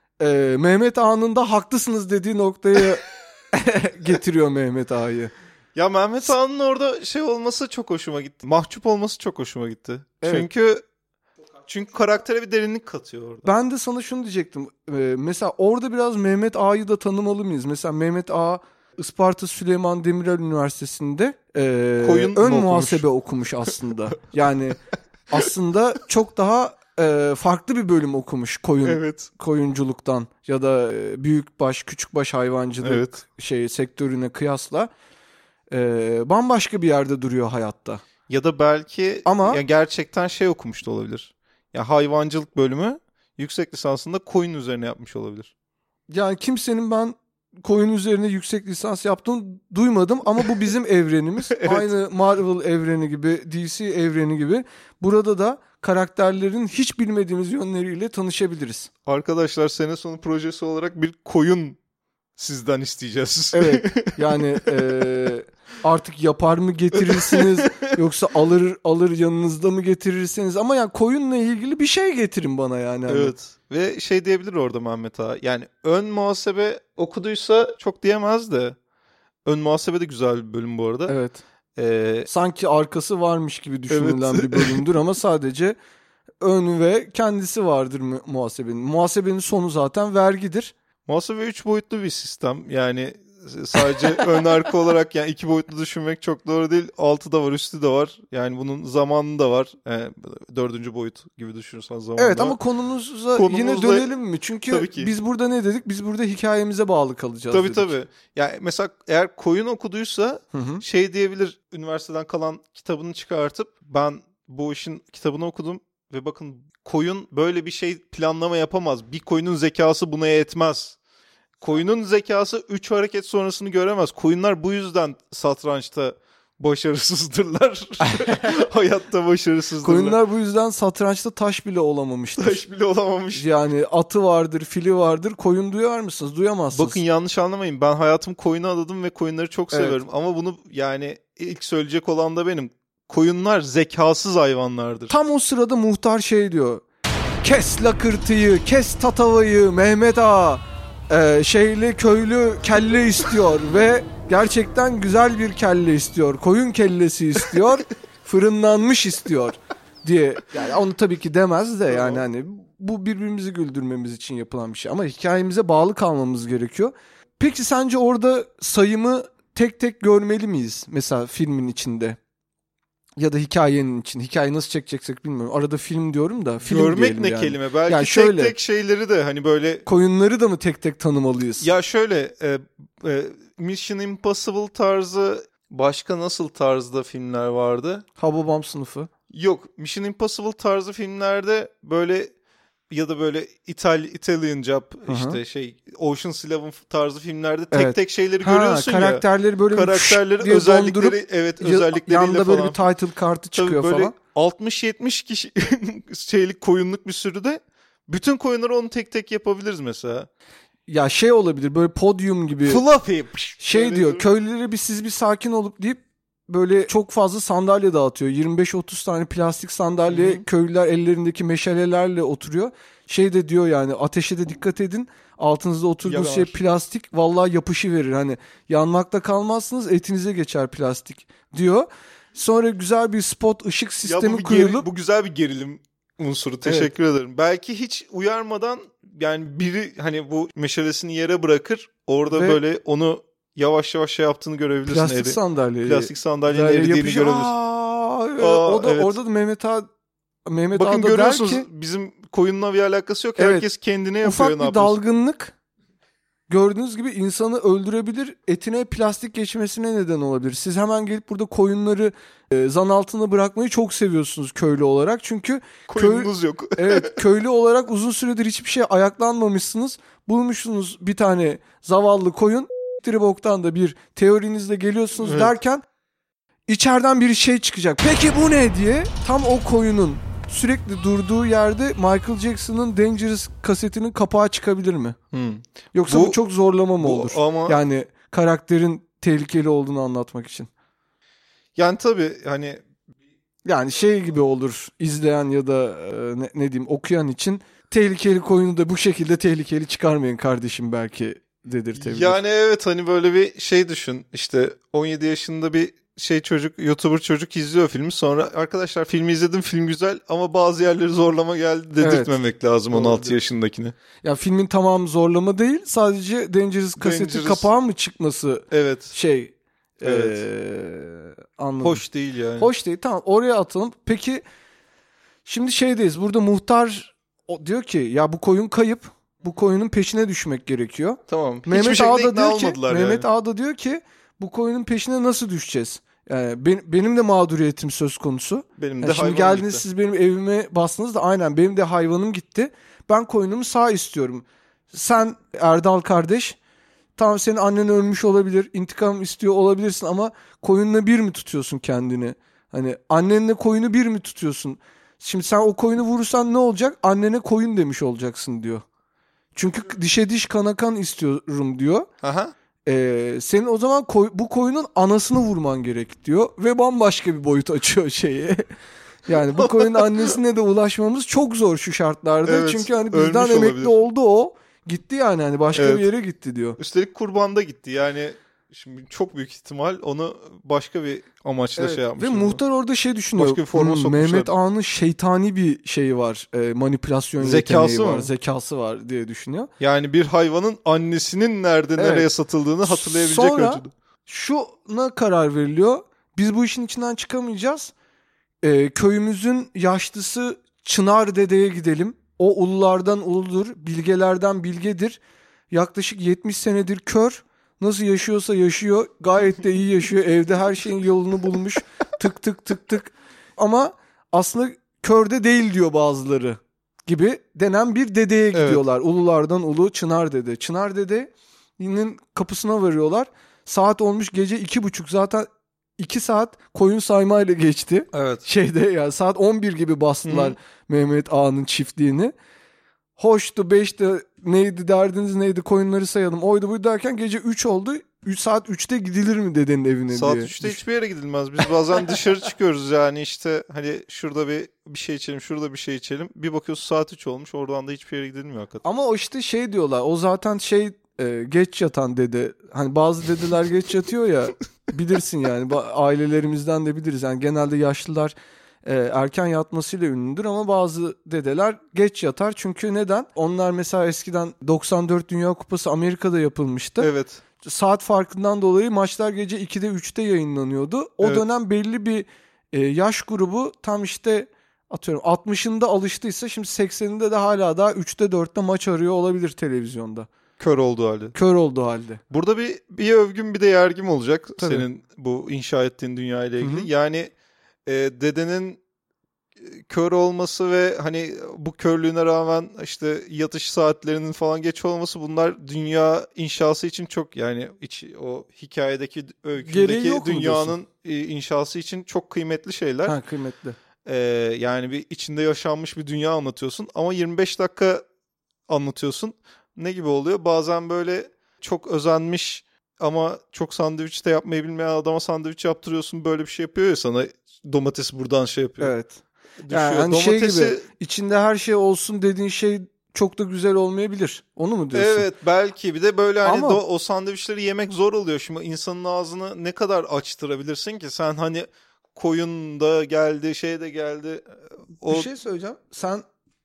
[SPEAKER 2] e, Mehmet Ağa'nın da haklısınız dediği noktaya getiriyor Mehmet Ağa'yı.
[SPEAKER 3] Ya Mehmet Ağa'nın orada şey olması çok hoşuma gitti. Mahcup olması çok hoşuma gitti.
[SPEAKER 2] Evet.
[SPEAKER 3] Çünkü çünkü karaktere bir derinlik katıyor orada.
[SPEAKER 2] Ben de sana şunu diyecektim. Ee, mesela orada biraz Mehmet Ağa'yı da tanımalı mıyız? Mesela Mehmet Ağa Isparta Süleyman Demirel Üniversitesi'nde e,
[SPEAKER 3] Koyun
[SPEAKER 2] ön
[SPEAKER 3] mu
[SPEAKER 2] muhasebe okumuş aslında. Yani aslında çok daha e, farklı bir bölüm okumuş koyun
[SPEAKER 3] Evet.
[SPEAKER 2] koyunculuktan ya da e, büyükbaş küçükbaş hayvancılık
[SPEAKER 3] Evet.
[SPEAKER 2] şey sektörüne kıyasla e, bambaşka bir yerde duruyor hayatta.
[SPEAKER 3] Ya da belki
[SPEAKER 2] Ama-
[SPEAKER 3] ya gerçekten şey okumuş da olabilir. Ya hayvancılık bölümü yüksek lisansında koyun üzerine yapmış olabilir.
[SPEAKER 2] Yani kimsenin ben koyun üzerine yüksek lisans yaptığını duymadım ama bu bizim evrenimiz.
[SPEAKER 3] Evet.
[SPEAKER 2] Aynı Marvel evreni gibi, D C evreni gibi. Burada da karakterlerin hiç bilmediğimiz yönleriyle tanışabiliriz.
[SPEAKER 3] Arkadaşlar sene sonu projesi olarak bir koyun sizden isteyeceğiz.
[SPEAKER 2] Evet yani e, artık yapar mı getirirsiniz yoksa alır alır yanınızda mı getirirsiniz ama yani koyunla ilgili bir şey getirin bana yani.
[SPEAKER 3] Evet ve şey diyebilir orada Mehmet Ağa, yani ön muhasebe okuduysa çok diyemez de, ön muhasebe de güzel bir bölüm bu arada.
[SPEAKER 2] Evet.
[SPEAKER 3] Ee,
[SPEAKER 2] Sanki arkası varmış gibi düşünülen
[SPEAKER 3] evet.
[SPEAKER 2] bir bölümdür ama sadece ön ve kendisi vardır mu- muhasebenin. Muhasebenin sonu zaten vergidir.
[SPEAKER 3] Muhasebe üç boyutlu bir sistem. Yani sadece ön arka olarak yani iki boyutlu düşünmek çok doğru değil. Altı da var, üstü de var. Yani bunun zamanı da var. Yani dördüncü boyut gibi düşünürsen zamanı
[SPEAKER 2] Evet
[SPEAKER 3] da
[SPEAKER 2] ama
[SPEAKER 3] var.
[SPEAKER 2] konumuza
[SPEAKER 3] Konumuzla-
[SPEAKER 2] yine dönelim mi? Çünkü
[SPEAKER 3] Tabii ki.
[SPEAKER 2] biz burada ne dedik? Biz burada hikayemize bağlı kalacağız
[SPEAKER 3] Tabii
[SPEAKER 2] dedik.
[SPEAKER 3] tabii. Yani mesela eğer koyun okuduysa
[SPEAKER 2] Hı hı.
[SPEAKER 3] şey diyebilir, üniversiteden kalan kitabını çıkartıp ben bu işin kitabını okudum ve bakın koyun böyle bir şey planlama yapamaz. Bir koyunun zekası buna yetmez. Koyunun zekası üç hareket sonrasını göremez. Koyunlar bu yüzden satrançta başarısızdırlar. Hayatta başarısızdırlar.
[SPEAKER 2] Koyunlar bu yüzden satrançta taş bile olamamıştır.
[SPEAKER 3] Taş bile olamamış.
[SPEAKER 2] Yani atı vardır, fili vardır. Koyun duyar mısınız? Duyamazsınız.
[SPEAKER 3] Bakın yanlış anlamayın. Ben hayatımı koyuna adadım ve koyunları çok
[SPEAKER 2] Evet.
[SPEAKER 3] severim. Ama bunu yani ilk söyleyecek olan da benim. Koyunlar zekasız hayvanlardır.
[SPEAKER 2] Tam o sırada muhtar şey diyor. Kes lakırtıyı, kes tatavayı Mehmet Ağa. Ee, şeyli köylü kelle istiyor ve gerçekten güzel bir kelle istiyor. Koyun kellesi istiyor. Fırınlanmış istiyor diye. Yani onu tabii ki demez de yani hani bu birbirimizi güldürmemiz için yapılan bir şey. Ama hikayemize bağlı kalmamız gerekiyor. Peki sence orada sayımı tek tek görmeli miyiz? Mesela filmin içinde. Ya da hikayenin için. Hikayeyi nasıl çekeceksek bilmiyorum. Arada film diyorum da. Film
[SPEAKER 3] Görmek
[SPEAKER 2] diyelim
[SPEAKER 3] ne
[SPEAKER 2] yani.
[SPEAKER 3] kelime? Belki
[SPEAKER 2] Yani
[SPEAKER 3] tek
[SPEAKER 2] şöyle-
[SPEAKER 3] tek şeyleri de hani böyle...
[SPEAKER 2] Koyunları da mı tek tek tanımalıyız?
[SPEAKER 3] Ya şöyle e, e, Mission Impossible tarzı başka nasıl tarzda filmler vardı?
[SPEAKER 2] Hababam sınıfı.
[SPEAKER 3] Yok, Mission Impossible tarzı filmlerde böyle ya da böyle İtal Italian Job
[SPEAKER 2] Hı hı.
[SPEAKER 3] işte şey Ocean's Eleven tarzı filmlerde tek
[SPEAKER 2] Evet.
[SPEAKER 3] tek şeyleri
[SPEAKER 2] Ha,
[SPEAKER 3] görüyorsun ya.
[SPEAKER 2] karakterleri böyle
[SPEAKER 3] Karakterleri
[SPEAKER 2] şşt diye
[SPEAKER 3] özellikleri
[SPEAKER 2] dondurup
[SPEAKER 3] evet
[SPEAKER 2] ya-
[SPEAKER 3] özellikleriyle
[SPEAKER 2] yanında böyle
[SPEAKER 3] falan.
[SPEAKER 2] bir title kartı
[SPEAKER 3] Tabii
[SPEAKER 2] çıkıyor
[SPEAKER 3] böyle
[SPEAKER 2] falan.
[SPEAKER 3] altmış yetmiş kişi şeylik koyunluk bir sürüde bütün koyunları onu tek tek yapabiliriz mesela.
[SPEAKER 2] Ya şey olabilir böyle podyum gibi.
[SPEAKER 3] Fluffy.
[SPEAKER 2] Şey
[SPEAKER 3] Böyle
[SPEAKER 2] diyor
[SPEAKER 3] dur-
[SPEAKER 2] köylülere bir siz bir sakin olup deyip böyle çok fazla sandalye dağıtıyor. yirmi beş otuz tane plastik sandalye,
[SPEAKER 3] Hı hı.
[SPEAKER 2] köylüler ellerindeki meşalelerle oturuyor. Şey de diyor yani ateşe de dikkat edin. Altınızda oturduğunuz şey
[SPEAKER 3] Yanar.
[SPEAKER 2] plastik vallahi yapışı verir. Hani yanmakta kalmazsınız etinize geçer plastik diyor. Sonra güzel bir spot ışık
[SPEAKER 3] Ya
[SPEAKER 2] sistemi
[SPEAKER 3] bu, bir geri-
[SPEAKER 2] kurulup
[SPEAKER 3] bu güzel bir gerilim unsuru. Teşekkür ederim. Belki hiç uyarmadan yani biri hani bu meşalesini yere bırakır. Orada
[SPEAKER 2] Ve-
[SPEAKER 3] böyle onu yavaş yavaş şey yaptığını görebilirsin.
[SPEAKER 2] plastik
[SPEAKER 3] eri-
[SPEAKER 2] sandalye.
[SPEAKER 3] Plastik sandalyenin
[SPEAKER 2] Yani
[SPEAKER 3] eridiğini
[SPEAKER 2] yapışı-
[SPEAKER 3] görebilirsin.
[SPEAKER 2] Aa, evet.
[SPEAKER 3] Aa,
[SPEAKER 2] o da
[SPEAKER 3] evet.
[SPEAKER 2] orada da Mehmet Ağa Mehmet
[SPEAKER 3] Bakın
[SPEAKER 2] Ağa da der
[SPEAKER 3] görüyorsunuz
[SPEAKER 2] ki
[SPEAKER 3] bizim koyunla bir alakası yok.
[SPEAKER 2] Evet.
[SPEAKER 3] Herkes kendine yapıyor.
[SPEAKER 2] ufak
[SPEAKER 3] ne
[SPEAKER 2] bir
[SPEAKER 3] yapıyorsun?
[SPEAKER 2] dalgınlık gördüğünüz gibi insanı öldürebilir, etine plastik geçmesine neden olabilir. Siz hemen gelip burada koyunları e, zan altına bırakmayı çok seviyorsunuz köylü olarak. Çünkü
[SPEAKER 3] Koyununuz yok.
[SPEAKER 2] evet köylü olarak uzun süredir hiçbir şey ayaklanmamışsınız. Bulmuşsunuz bir tane zavallı koyun. Tribok'tan da bir teorinizle geliyorsunuz
[SPEAKER 3] Evet.
[SPEAKER 2] derken içeriden bir şey çıkacak. Peki bu ne diye tam o koyunun sürekli durduğu yerde Michael Jackson'ın Dangerous kasetinin kapağı çıkabilir mi?
[SPEAKER 3] Hmm.
[SPEAKER 2] Yoksa bu,
[SPEAKER 3] Bu-
[SPEAKER 2] çok zorlama mı
[SPEAKER 3] bu
[SPEAKER 2] olur?
[SPEAKER 3] ama-
[SPEAKER 2] Yani karakterin tehlikeli olduğunu anlatmak için.
[SPEAKER 3] Yani tabii hani
[SPEAKER 2] Yani şey gibi olur izleyen ya da e, ne, ne diyeyim okuyan için tehlikeli koyunu da bu şekilde tehlikeli çıkarmayın kardeşim belki dedirtebilir.
[SPEAKER 3] yani evet hani böyle bir şey düşün. İşte on yedi yaşında bir şey çocuk, YouTuber çocuk izliyor filmi. Sonra arkadaşlar filmi izledim, film güzel ama bazı yerleri zorlama geldi dedirtmemek lazım on altı
[SPEAKER 2] Doğru.
[SPEAKER 3] yaşındakine.
[SPEAKER 2] Ya filmin tamamı zorlama değil. Sadece Dangerous kaseti
[SPEAKER 3] Dangerous-
[SPEAKER 2] kapağı mı çıkması
[SPEAKER 3] Evet.
[SPEAKER 2] şey
[SPEAKER 3] Evet.
[SPEAKER 2] eee, anladım.
[SPEAKER 3] Hoş değil yani.
[SPEAKER 2] Hoş değil. Tamam oraya atalım. Peki şimdi şeydeyiz. Burada muhtar o, diyor ki ya bu koyun kayıp. Bu koyunun peşine düşmek gerekiyor.
[SPEAKER 3] Tamam. Hiçbir
[SPEAKER 2] Mehmet
[SPEAKER 3] şekilde
[SPEAKER 2] Ağa da
[SPEAKER 3] ikna
[SPEAKER 2] diyor ki
[SPEAKER 3] olmadılar
[SPEAKER 2] Mehmet
[SPEAKER 3] yani.
[SPEAKER 2] Ağa da diyor ki bu koyunun peşine nasıl düşeceğiz? Yani ben- benim de mağduriyetim söz konusu.
[SPEAKER 3] Benim de
[SPEAKER 2] Yani şimdi
[SPEAKER 3] hayvanım
[SPEAKER 2] geldiniz
[SPEAKER 3] gitti.
[SPEAKER 2] siz benim evime bastınız da aynen benim de hayvanım gitti. Ben koyunumu sağ istiyorum. Sen Erdal kardeş tamam senin annen ölmüş olabilir, intikam istiyor olabilirsin ama koyunla bir mi tutuyorsun kendini? Hani annenle koyunu bir mi tutuyorsun? Şimdi sen o koyunu vurursan ne olacak? Annene koyun demiş olacaksın diyor. Çünkü dişe diş kana kan istiyorum diyor.
[SPEAKER 3] Aha.
[SPEAKER 2] Ee, senin o zaman koy, bu koyunun anasını vurman gerek diyor. Ve bambaşka bir boyut açıyor şeyi. Yani bu koyunun annesine de ulaşmamız çok zor şu şartlarda.
[SPEAKER 3] Evet,
[SPEAKER 2] Çünkü hani bizden
[SPEAKER 3] ölmüş
[SPEAKER 2] emekli
[SPEAKER 3] olabilir.
[SPEAKER 2] oldu o. Gitti yani hani başka
[SPEAKER 3] Evet.
[SPEAKER 2] bir yere gitti diyor.
[SPEAKER 3] Üstelik kurbanda gitti. Yani şimdi çok büyük ihtimal onu başka bir amaçla
[SPEAKER 2] Evet.
[SPEAKER 3] şey
[SPEAKER 2] Ve
[SPEAKER 3] yapmışlar.
[SPEAKER 2] muhtar orada şey düşünüyor.
[SPEAKER 3] Başka bir forma
[SPEAKER 2] "Hmm,
[SPEAKER 3] sokmuşlar."
[SPEAKER 2] Mehmet Ağa'nın şeytani bir şeyi var. E, manipülasyon
[SPEAKER 3] Zekası
[SPEAKER 2] yeteneği var.
[SPEAKER 3] mı?
[SPEAKER 2] Zekası var diye düşünüyor.
[SPEAKER 3] Yani bir hayvanın annesinin nerede
[SPEAKER 2] Evet.
[SPEAKER 3] nereye satıldığını hatırlayabilecek
[SPEAKER 2] Sonra
[SPEAKER 3] ölçüde.
[SPEAKER 2] şuna karar veriliyor. Biz bu işin içinden çıkamayacağız. Ee, köyümüzün yaşlısı Çınar Dede'ye gidelim. O ululardan uludur, bilgelerden bilgedir. Yaklaşık yetmiş senedir kör. Nasıl yaşıyorsa yaşıyor. Gayet de iyi yaşıyor. Evde her şeyin yolunu bulmuş. Tık tık tık tık. Ama aslında kör de değil diyor bazıları gibi denen bir dedeye
[SPEAKER 3] Evet.
[SPEAKER 2] gidiyorlar. Ululardan ulu Çınar Dede. Çınar Dede'nin kapısına varıyorlar. Saat olmuş gece iki buçuk. Zaten iki saat koyun saymayla geçti.
[SPEAKER 3] Evet.
[SPEAKER 2] Şeyde yani saat on bir gibi bastılar
[SPEAKER 3] Hı.
[SPEAKER 2] Mehmet Ağa'nın çiftliğini. Hoştu, beşti, neydi derdiniz neydi, koyunları sayalım. Oydu buydu derken gece üç oldu. üç saat üçte gidilir mi dedenin evine
[SPEAKER 3] Saat
[SPEAKER 2] diye.
[SPEAKER 3] üçte hiçbir yere gidilmez. Biz bazen dışarı çıkıyoruz yani işte hani şurada bir bir şey içelim, şurada bir şey içelim. Bir bakıyorsun saat üç olmuş. Oradan da hiçbir yere gidilmiyor hakikaten.
[SPEAKER 2] Ama o işte şey diyorlar. O zaten şey e, geç yatan dede. Hani bazı dedeler geç yatıyor ya. Bilirsin yani. Ba- ailelerimizden de biliriz. Yani genelde yaşlılar e, erken yatmasıyla ünlüdür ama bazı dedeler geç yatar. Çünkü neden? Onlar mesela eskiden doksan dört Dünya Kupası Amerika'da yapılmıştı.
[SPEAKER 3] Evet.
[SPEAKER 2] Saat farkından dolayı maçlar gece ikide üçte yayınlanıyordu. O
[SPEAKER 3] Evet.
[SPEAKER 2] dönem belli bir e, yaş grubu tam işte atıyorum altmışında alıştıysa şimdi sekseninde de hala daha üçte dörtte maç arıyor olabilir televizyonda.
[SPEAKER 3] Kör olduğu halde.
[SPEAKER 2] Kör olduğu halde.
[SPEAKER 3] Burada bir bir övgüm bir de yergim olacak
[SPEAKER 2] Tabii.
[SPEAKER 3] senin bu inşa ettiğin dünya ile ilgili.
[SPEAKER 2] Hı hı.
[SPEAKER 3] Yani e, dedenin e, kör olması ve hani bu körlüğüne rağmen işte yatış saatlerinin falan geç olması bunlar dünya inşası için çok yani iç, o hikayedeki
[SPEAKER 2] Gereği
[SPEAKER 3] öyküdeki
[SPEAKER 2] yok mu
[SPEAKER 3] dünyanın e, inşası için çok kıymetli şeyler.
[SPEAKER 2] Ha, kıymetli.
[SPEAKER 3] E, yani bir içinde yaşanmış bir dünya anlatıyorsun ama yirmi beş dakika anlatıyorsun. Ne gibi oluyor? Bazen böyle çok özenmiş ama çok sandviç de yapmayı bilmeyen adama sandviç yaptırıyorsun. Böyle bir şey yapıyor ya sana domates buradan şey yapıyor.
[SPEAKER 2] Evet.
[SPEAKER 3] Düşüyor.
[SPEAKER 2] Yani hani şey
[SPEAKER 3] Domatesi
[SPEAKER 2] gibi içinde her şey olsun dediğin şey çok da güzel olmayabilir. Onu mu diyorsun?
[SPEAKER 3] evet belki bir de böyle hani
[SPEAKER 2] Ama-
[SPEAKER 3] do- o sandviçleri yemek zor oluyor. Şimdi insanın ağzını ne kadar açtırabilirsin ki? Sen hani koyun da geldi, şey de geldi. O...
[SPEAKER 2] Bir şey söyleyeceğim. Sen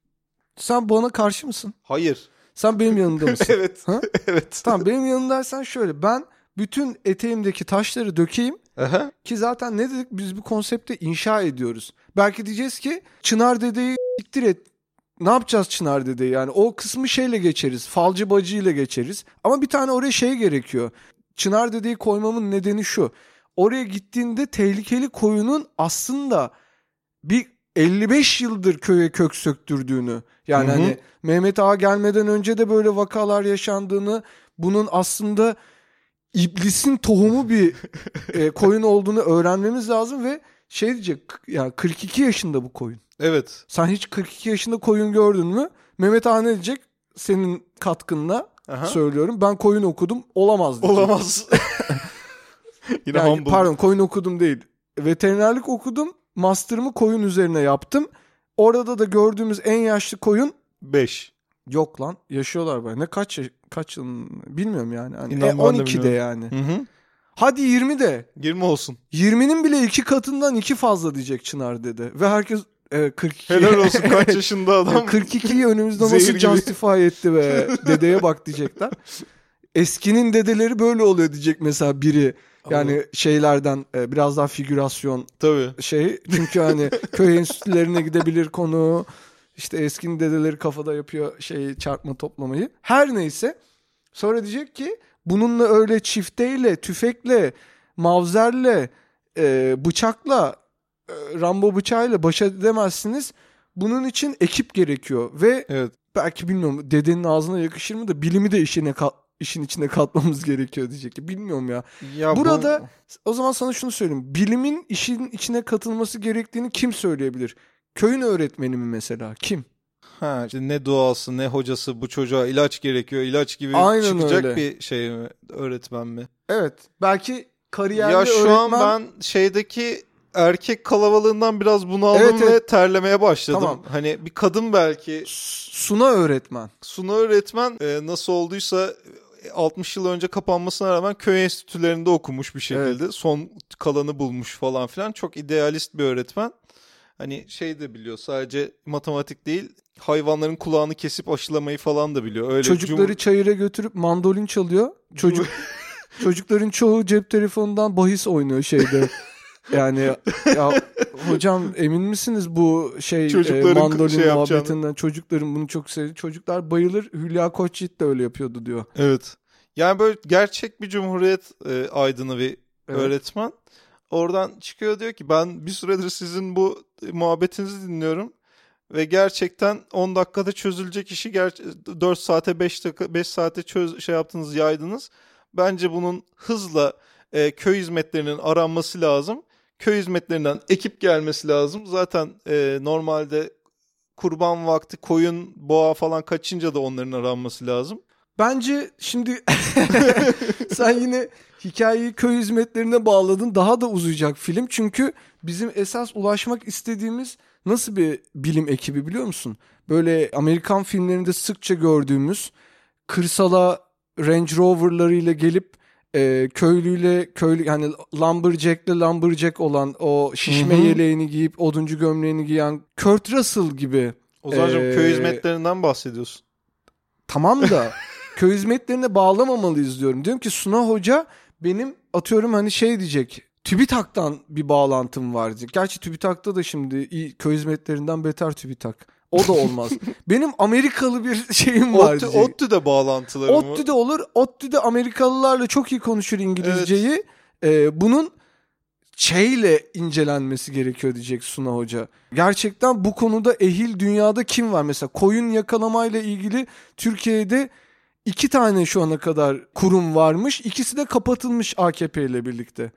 [SPEAKER 2] sen bana karşı mısın?
[SPEAKER 3] Hayır.
[SPEAKER 2] Sen benim yanımda mısın?
[SPEAKER 3] Evet.
[SPEAKER 2] Ha?
[SPEAKER 3] Evet.
[SPEAKER 2] Tamam, benim yanımdaysan şöyle, ben bütün eteğimdeki taşları dökeyim
[SPEAKER 3] Aha.
[SPEAKER 2] ki zaten ne dedik, biz bu konsepte inşa ediyoruz. Belki diyeceğiz ki Çınar Dede'yi siktir et. Ne yapacağız Çınar Dede'yi? Yani o kısmı şeyle geçeriz. Falcı bacı ile geçeriz. Ama bir tane oraya şey gerekiyor. Çınar Dede'yi koymamın nedeni şu. Oraya gittiğinde tehlikeli koyunun aslında bir elli beş yıldır köye kök söktürdüğünü. Yani
[SPEAKER 3] Hı hı.
[SPEAKER 2] hani Mehmet Ağa gelmeden önce de böyle vakalar yaşandığını, bunun aslında iblisin tohumu bir e, koyun olduğunu öğrenmemiz lazım ve şey diyecek, yani kırk iki yaşında bu koyun.
[SPEAKER 3] Evet.
[SPEAKER 2] Sen hiç kırk iki yaşında koyun gördün mü? Mehmet Ağa ne diyecek? Senin katkınla
[SPEAKER 3] Aha.
[SPEAKER 2] söylüyorum. Ben koyun okudum. Olamaz diyecek.
[SPEAKER 3] Olamaz. Yine
[SPEAKER 2] Yani,
[SPEAKER 3] humble.
[SPEAKER 2] pardon, koyun okudum değil. Veterinerlik okudum. Master'ımı koyun üzerine yaptım. Orada da gördüğümüz en yaşlı koyun
[SPEAKER 3] beş.
[SPEAKER 2] yok lan. Yaşıyorlar böyle. Ne kaç yaş- kaç yılın bilmiyorum yani. Hani
[SPEAKER 3] İnan
[SPEAKER 2] e,
[SPEAKER 3] ben de
[SPEAKER 2] on ikide
[SPEAKER 3] bilmiyorum.
[SPEAKER 2] yani.
[SPEAKER 3] Hı hı.
[SPEAKER 2] Hadi yirmi de.
[SPEAKER 3] yirmi olsun.
[SPEAKER 2] yirminin bile iki katından iki fazla diyecek Çınar dedi. Ve herkes e, kırk iki.
[SPEAKER 3] Helal olsun kaç yaşında adam.
[SPEAKER 2] kırk ikiyi önümüzde
[SPEAKER 3] Zehir
[SPEAKER 2] nasıl
[SPEAKER 3] gibi.
[SPEAKER 2] justify etti be. Dedeye bak diyecekler. Eskinin dedeleri böyle oluyor diyecek mesela biri. Yani şeylerden e, biraz daha figürasyon
[SPEAKER 3] Tabii.
[SPEAKER 2] şey. Çünkü hani köy enstitülerine gidebilir konu. İşte eskinin dedeleri kafada yapıyor şey, çarpma toplamayı. Her neyse. Sonra diyecek ki bununla öyle çifteyle, tüfekle, mavzerle, e, bıçakla, e, Rambo bıçağıyla baş edemezsiniz. Bunun için ekip gerekiyor ve
[SPEAKER 3] Evet.
[SPEAKER 2] belki bilmiyorum dedenin ağzına yakışır mı da bilimi de işine ka- işin içine katmamız gerekiyor diyecek ki. Bilmiyorum ya.
[SPEAKER 3] Ya
[SPEAKER 2] Burada
[SPEAKER 3] bu...
[SPEAKER 2] o zaman sana şunu söyleyeyim. Bilimin işin içine katılması gerektiğini kim söyleyebilir? Köyün öğretmeni mi mesela? Kim?
[SPEAKER 3] Ha, işte ne duası ne hocası, bu çocuğa ilaç gerekiyor, ilaç gibi
[SPEAKER 2] Aynen
[SPEAKER 3] çıkacak
[SPEAKER 2] öyle.
[SPEAKER 3] bir şey mi, öğretmen mi?
[SPEAKER 2] Evet. Belki kariyerli
[SPEAKER 3] Ya şu
[SPEAKER 2] öğretmen...
[SPEAKER 3] an ben şeydeki erkek kalabalığından biraz bunaldım
[SPEAKER 2] Evet,
[SPEAKER 3] ve
[SPEAKER 2] evet.
[SPEAKER 3] terlemeye başladım.
[SPEAKER 2] Tamam.
[SPEAKER 3] Hani bir kadın belki,
[SPEAKER 2] Suna öğretmen.
[SPEAKER 3] Suna öğretmen e, nasıl olduysa altmış yıl önce kapanmasına rağmen köy enstitülerinde okumuş bir şekilde. Evet. Son kalanı bulmuş falan filan. Çok idealist bir öğretmen. Hani şey de biliyor, sadece matematik değil, hayvanların kulağını kesip aşılamayı falan da biliyor. Öyle
[SPEAKER 2] Çocukları
[SPEAKER 3] cum-
[SPEAKER 2] çayıra götürüp mandolin çalıyor. Çocuk çocukların çoğu cep telefonundan bahis oynuyor şeyde. Yani ya hocam emin misiniz bu şey e, mandolin şey muhabbetinden? Çocukların bunu çok sevdi. Çocuklar bayılır. Hülya Koçyiğit de öyle yapıyordu diyor.
[SPEAKER 3] Evet. Yani böyle gerçek bir cumhuriyet e, aydını bir evet. öğretmen. Oradan çıkıyor, diyor ki ben bir süredir sizin bu muhabbetinizi dinliyorum ve gerçekten on dakikada çözülecek işi ger- dört saate beş dakika beş saate çöz şey yaptınız, yaydınız. Bence bunun hızla e, köy hizmetlerinin aranması lazım. Köy hizmetlerinden ekip gelmesi lazım. Zaten e, normalde kurban vakti koyun, boğa falan kaçınca da onların aranması lazım.
[SPEAKER 2] Bence şimdi sen yine hikayeyi köy hizmetlerine bağladın. Daha da uzayacak film. Çünkü bizim esas ulaşmak istediğimiz nasıl bir bilim ekibi biliyor musun? Böyle Amerikan filmlerinde sıkça gördüğümüz kırsala Range Rover'larıyla gelip e, köylüyle köylü yani lumberjack'le lumberjack olan o şişme Hı-hı. yeleğini giyip oduncu gömleğini giyen Kurt Russell gibi.
[SPEAKER 3] Ozan'cığım ee, köy hizmetlerinden bahsediyorsun.
[SPEAKER 2] Tamam da köy hizmetlerine bağlamamalıyız diyorum. Diyorum ki Suna Hoca benim atıyorum hani şey diyecek. TÜBİTAK'tan bir bağlantım var diyecek. Gerçi TÜBİTAK'ta da şimdi iyi, köy hizmetlerinden beter TÜBİTAK. O da olmaz. Benim Amerikalı bir şeyim var
[SPEAKER 3] Ottu,
[SPEAKER 2] diyecek.
[SPEAKER 3] ODTÜ'de bağlantıları mı?
[SPEAKER 2] ODTÜ'de olur. ODTÜ'de Amerikalılarla çok iyi konuşur İngilizceyi. Evet. Ee, bunun şeyle incelenmesi gerekiyor diyecek Suna Hoca. Gerçekten bu konuda ehil dünyada kim var? Mesela koyun yakalamayla ilgili Türkiye'de iki tane şu ana kadar kurum varmış. İkisi de kapatılmış A K P ile birlikte.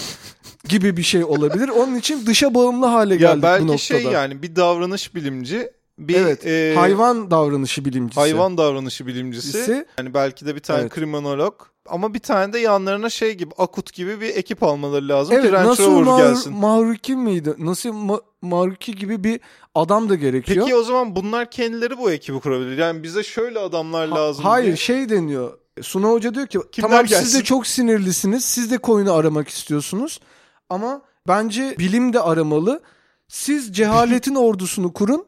[SPEAKER 2] gibi bir şey olabilir. Onun için dışa bağımlı hale geldik bu noktada.
[SPEAKER 3] Belki şey yani bir davranış bilimci. Bir,
[SPEAKER 2] evet. E, hayvan davranışı bilimcisi.
[SPEAKER 3] Hayvan davranışı bilimcisi. İse, yani belki de bir tane evet. kriminolog. Ama bir tane de yanlarına şey gibi, Akut gibi bir ekip almaları lazım
[SPEAKER 2] evet,
[SPEAKER 3] ki Range Rover
[SPEAKER 2] ma-
[SPEAKER 3] gelsin.
[SPEAKER 2] Mahruki miydi? Nasıl ma- Mahruki gibi bir adam da gerekiyor.
[SPEAKER 3] Peki o zaman bunlar kendileri bu ekibi kurabilir. Yani bize şöyle adamlar ha- lazım
[SPEAKER 2] Hayır
[SPEAKER 3] diye.
[SPEAKER 2] şey deniyor. Suna Hoca diyor ki
[SPEAKER 3] Kimler
[SPEAKER 2] tamam
[SPEAKER 3] gelsin?
[SPEAKER 2] Siz de çok sinirlisiniz. Siz de koyunu aramak istiyorsunuz. Ama bence bilim de aramalı. Siz cehaletin ordusunu kurun.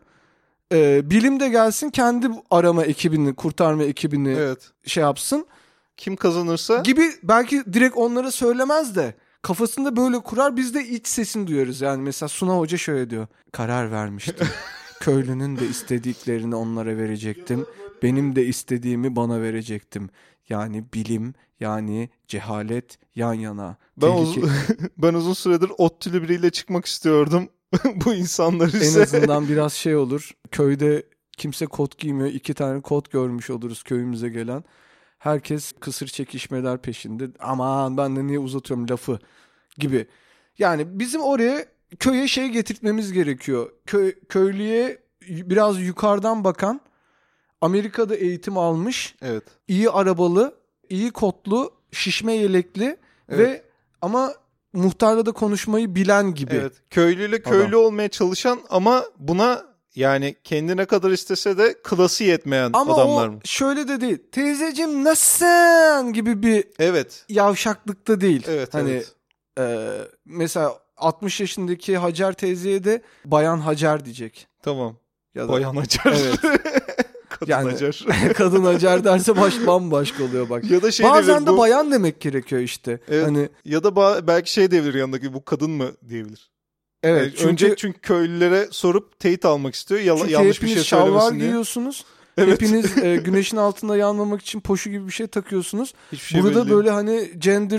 [SPEAKER 2] Ee, bilim de gelsin kendi arama ekibini, kurtarma ekibini evet. şey yapsın.
[SPEAKER 3] Kim kazanırsa.
[SPEAKER 2] Gibi belki direkt onlara söylemez de kafasında böyle kurar, biz de iç sesini duyarız. Yani mesela Suna Hoca şöyle diyor. Karar vermiştim. Köylünün de istediklerini onlara verecektim. Benim de istediğimi bana verecektim. Yani bilim, yani cehalet yan yana.
[SPEAKER 3] Ben, uzun, ben uzun süredir ODTÜ'lü biriyle çıkmak istiyordum. Bu insanlar ise.
[SPEAKER 2] En azından biraz şey olur. Köyde kimse kot giymiyor. İki tane kot görmüş oluruz köyümüze gelen. Herkes kısır çekişmeler peşinde. Aman ben de niye uzatıyorum lafı gibi. Yani bizim oraya köye şey getirtmemiz gerekiyor. Köy, köylüye biraz yukarıdan bakan, Amerika'da eğitim almış,
[SPEAKER 3] evet.
[SPEAKER 2] iyi arabalı, iyi kotlu, şişme yelekli evet. ve ama muhtarla da konuşmayı bilen gibi.
[SPEAKER 3] Evet. Köylüyle köylü adam. Olmaya çalışan ama buna yani kendine kadar istese de klası yetmeyen
[SPEAKER 2] ama
[SPEAKER 3] adamlar mı?
[SPEAKER 2] Ama o şöyle de değil. Teyzeciğim nasılsın gibi bir
[SPEAKER 3] evet.
[SPEAKER 2] yavşaklıkta değil.
[SPEAKER 3] Evet,
[SPEAKER 2] hani
[SPEAKER 3] evet.
[SPEAKER 2] E, mesela altmış yaşındaki Hacer teyzeye de Bayan Hacer diyecek.
[SPEAKER 3] Tamam.
[SPEAKER 2] Ya da,
[SPEAKER 3] Bayan Hacer.
[SPEAKER 2] Evet.
[SPEAKER 3] Kadın
[SPEAKER 2] yani,
[SPEAKER 3] Hacer.
[SPEAKER 2] Kadın Hacer derse baş bambaşka oluyor bak.
[SPEAKER 3] Ya da şey
[SPEAKER 2] bazen de
[SPEAKER 3] bu...
[SPEAKER 2] bayan demek gerekiyor işte.
[SPEAKER 3] Evet.
[SPEAKER 2] Hani
[SPEAKER 3] ya da ba- belki şey diyebilir yanındaki, bu kadın mı diyebilir.
[SPEAKER 2] Evet.
[SPEAKER 3] Yani
[SPEAKER 2] çünkü,
[SPEAKER 3] önce çünkü köylülere sorup teyit almak istiyor. Yala, yanlış bir şey söylemesin diye.
[SPEAKER 2] Hepiniz şalvar giyiyorsunuz. Evet. Hepiniz e, güneşin altında yanmamak için poşu gibi bir şey takıyorsunuz. Şey Burada belli. Böyle hani gender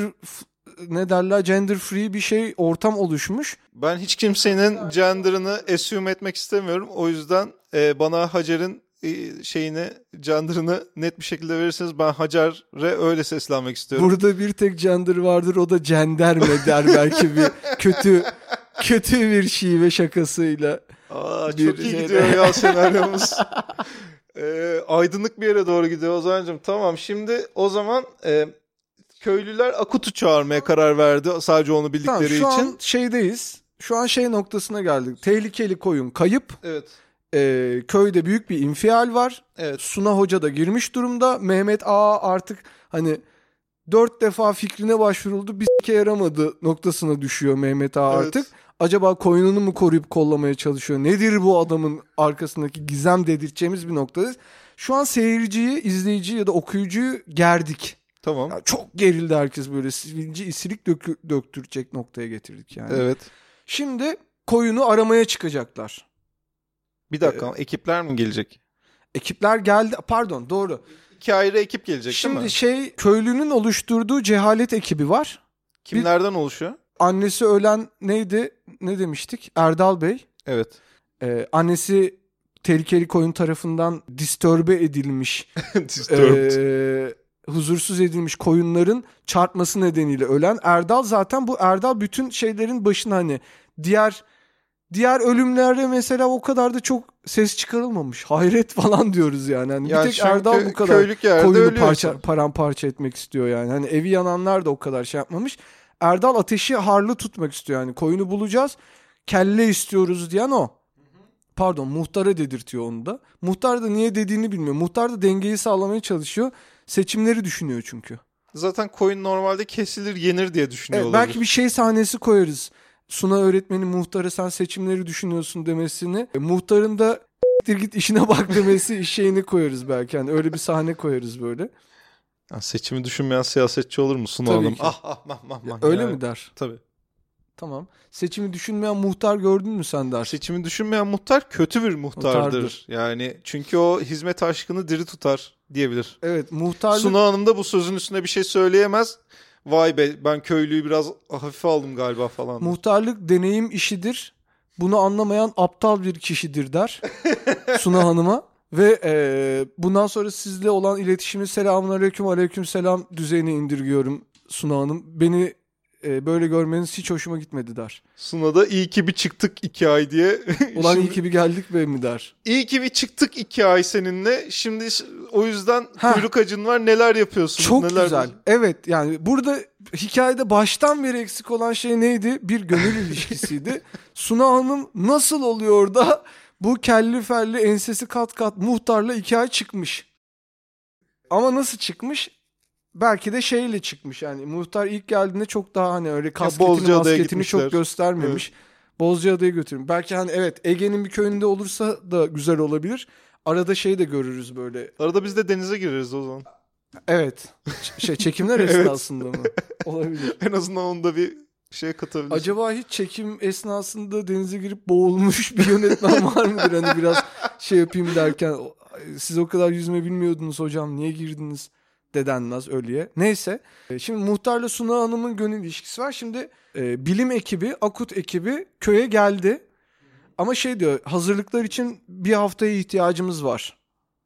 [SPEAKER 2] ne derler gender free bir şey ortam oluşmuş.
[SPEAKER 3] Ben hiç kimsenin gender'ını assume etmek istemiyorum. O yüzden e, bana Hacer'in e, şeyini, gender'ını net bir şekilde verirseniz ben Hacer'e öyle seslenmek istiyorum.
[SPEAKER 2] Burada bir tek gender vardır, o da genderme der belki bir kötü kötü bir şive şakasıyla.
[SPEAKER 3] Aa,
[SPEAKER 2] Bir
[SPEAKER 3] çok iyi
[SPEAKER 2] şeyde-
[SPEAKER 3] gidiyor ya senaryomuz. Ee, aydınlık bir yere doğru gidiyor Ozan'cığım. Tamam, şimdi o zaman e, köylüler Akut'u çağırmaya karar verdi. Sadece onu
[SPEAKER 2] Tamam,
[SPEAKER 3] bildikleri
[SPEAKER 2] şu
[SPEAKER 3] için.
[SPEAKER 2] an şeydeyiz. Şu an şey noktasına geldik. Tehlikeli koyun kayıp.
[SPEAKER 3] Evet.
[SPEAKER 2] Ee, köyde büyük bir infial var.
[SPEAKER 3] Evet.
[SPEAKER 2] Suna Hoca da girmiş durumda. Mehmet Ağa artık hani dört defa fikrine başvuruldu. Bir s**ke yaramadı noktasına düşüyor Mehmet Ağa
[SPEAKER 3] Evet.
[SPEAKER 2] artık. Acaba koyununu mu koruyup kollamaya çalışıyor? Nedir bu adamın arkasındaki gizem dedirteceğimiz bir noktadayız. Şu an seyirciyi, izleyiciyi ya da okuyucuyu gerdik.
[SPEAKER 3] Tamam.
[SPEAKER 2] Ya çok gerildi herkes, böyle sivilce isilik dökü- döktürecek noktaya getirdik yani.
[SPEAKER 3] Evet.
[SPEAKER 2] Şimdi koyunu aramaya çıkacaklar.
[SPEAKER 3] Bir dakika, ekipler mi gelecek?
[SPEAKER 2] Ekipler geldi. Pardon, doğru.
[SPEAKER 3] İki ayrı ekip gelecek değil
[SPEAKER 2] Şimdi
[SPEAKER 3] mi?
[SPEAKER 2] şey, köylünün oluşturduğu cehalet ekibi var.
[SPEAKER 3] Kimlerden oluşuyor?
[SPEAKER 2] Annesi ölen neydi? Ne demiştik? Erdal Bey.
[SPEAKER 3] Evet.
[SPEAKER 2] Ee, annesi tehlikeli koyun tarafından distörbe edilmiş,
[SPEAKER 3] Disturbed.
[SPEAKER 2] ee, huzursuz edilmiş koyunların çarpması nedeniyle ölen Erdal. Zaten bu Erdal bütün şeylerin başına, hani diğer diğer ölümlerde mesela o kadar da çok ses çıkarılmamış. Hayret falan diyoruz yani. Hani
[SPEAKER 3] Ya
[SPEAKER 2] bir tek
[SPEAKER 3] çünkü
[SPEAKER 2] Erdal bu kadar
[SPEAKER 3] köylük yerde
[SPEAKER 2] koyunu
[SPEAKER 3] ölüyorsun.
[SPEAKER 2] parça, paramparça etmek istiyor yani. Hani evi yananlar da o kadar şey yapmamış. Erdal ateşi harlı tutmak istiyor yani. Koyunu bulacağız, kelle istiyoruz diyen o. Pardon, muhtara dedirtiyor onu da. Muhtar da niye dediğini bilmiyor. Muhtar da dengeyi sağlamaya çalışıyor. Seçimleri düşünüyor çünkü.
[SPEAKER 3] Zaten koyun normalde kesilir, yenir diye düşünüyor
[SPEAKER 2] Evet,
[SPEAKER 3] olabilir.
[SPEAKER 2] belki bir şey sahnesi koyarız. Suna öğretmenin muhtara sen seçimleri düşünüyorsun demesini. E, muhtarın da "siktir git işine bak" demesi şeyini koyarız belki. Yani öyle bir sahne koyarız böyle.
[SPEAKER 3] Ya seçimi düşünmeyen siyasetçi olur mu Suna
[SPEAKER 2] Tabii
[SPEAKER 3] Hanım?
[SPEAKER 2] ki.
[SPEAKER 3] Ah ah mah mah mah.
[SPEAKER 2] Öyle
[SPEAKER 3] Yani.
[SPEAKER 2] mi der?
[SPEAKER 3] Tabii.
[SPEAKER 2] Tamam. Seçimi düşünmeyen muhtar gördün mü sen der.
[SPEAKER 3] Seçimi düşünmeyen muhtar kötü bir muhtardır.
[SPEAKER 2] Muhtardır.
[SPEAKER 3] Yani çünkü o hizmet aşkını diri tutar diyebilir.
[SPEAKER 2] Evet, muhtarlık...
[SPEAKER 3] Suna Hanım da bu sözün üstüne bir şey söyleyemez. Vay be, ben köylüyü biraz hafife aldım galiba falan.
[SPEAKER 2] Muhtarlık deneyim işidir. Bunu anlamayan aptal bir kişidir der Suna Hanım'a. Ve e, bundan sonra sizle olan iletişimi selamünaleyküm aleykümselam düzeyine indirgiyorum Suna Hanım. Beni e, böyle görmeniz hiç hoşuma gitmedi der.
[SPEAKER 3] Suna da iyi ki bir çıktık iki ay diye.
[SPEAKER 2] Ulan
[SPEAKER 3] Şimdi-
[SPEAKER 2] iyi ki bir geldik be mi der.
[SPEAKER 3] İyi ki bir çıktık iki ay seninle. Şimdi o yüzden
[SPEAKER 2] Ha.
[SPEAKER 3] kuyruk acın var. Neler yapıyorsun?
[SPEAKER 2] Çok
[SPEAKER 3] neler
[SPEAKER 2] güzel. Evet, yani burada hikayede baştan beri eksik olan şey neydi? Bir gönül ilişkisiydi. Suna Hanım nasıl oluyor da bu kelli felli ensesi kat kat muhtarla iki ay çıkmış. Ama nasıl çıkmış? Belki de şeyle çıkmış yani. Muhtar ilk geldiğinde çok daha hani öyle kasketini
[SPEAKER 3] Bozcaada'ya
[SPEAKER 2] masketini
[SPEAKER 3] gitmişler.
[SPEAKER 2] çok göstermemiş. Bozcaada'ya götürün. Belki hani evet, Ege'nin bir köyünde olursa da güzel olabilir. Arada şey de görürüz böyle.
[SPEAKER 3] Arada biz de denize gireriz o zaman.
[SPEAKER 2] Evet. Ç- şey çekimler
[SPEAKER 3] Evet.
[SPEAKER 2] esnasında mı? Olabilir.
[SPEAKER 3] En azından onda bir şey katabiliriz.
[SPEAKER 2] Acaba hiç çekim esnasında denize girip boğulmuş bir yönetmen var mıdır? Hani biraz şey yapayım derken siz o kadar yüzme bilmiyordunuz hocam, niye girdiniz de denmez öyleye. Neyse. E, Şimdi muhtarla Suna Hanım'ın gönül ilişkisi var. Şimdi e, bilim ekibi, Akut ekibi köye geldi. Ama şey diyor, hazırlıklar için bir haftaya ihtiyacımız var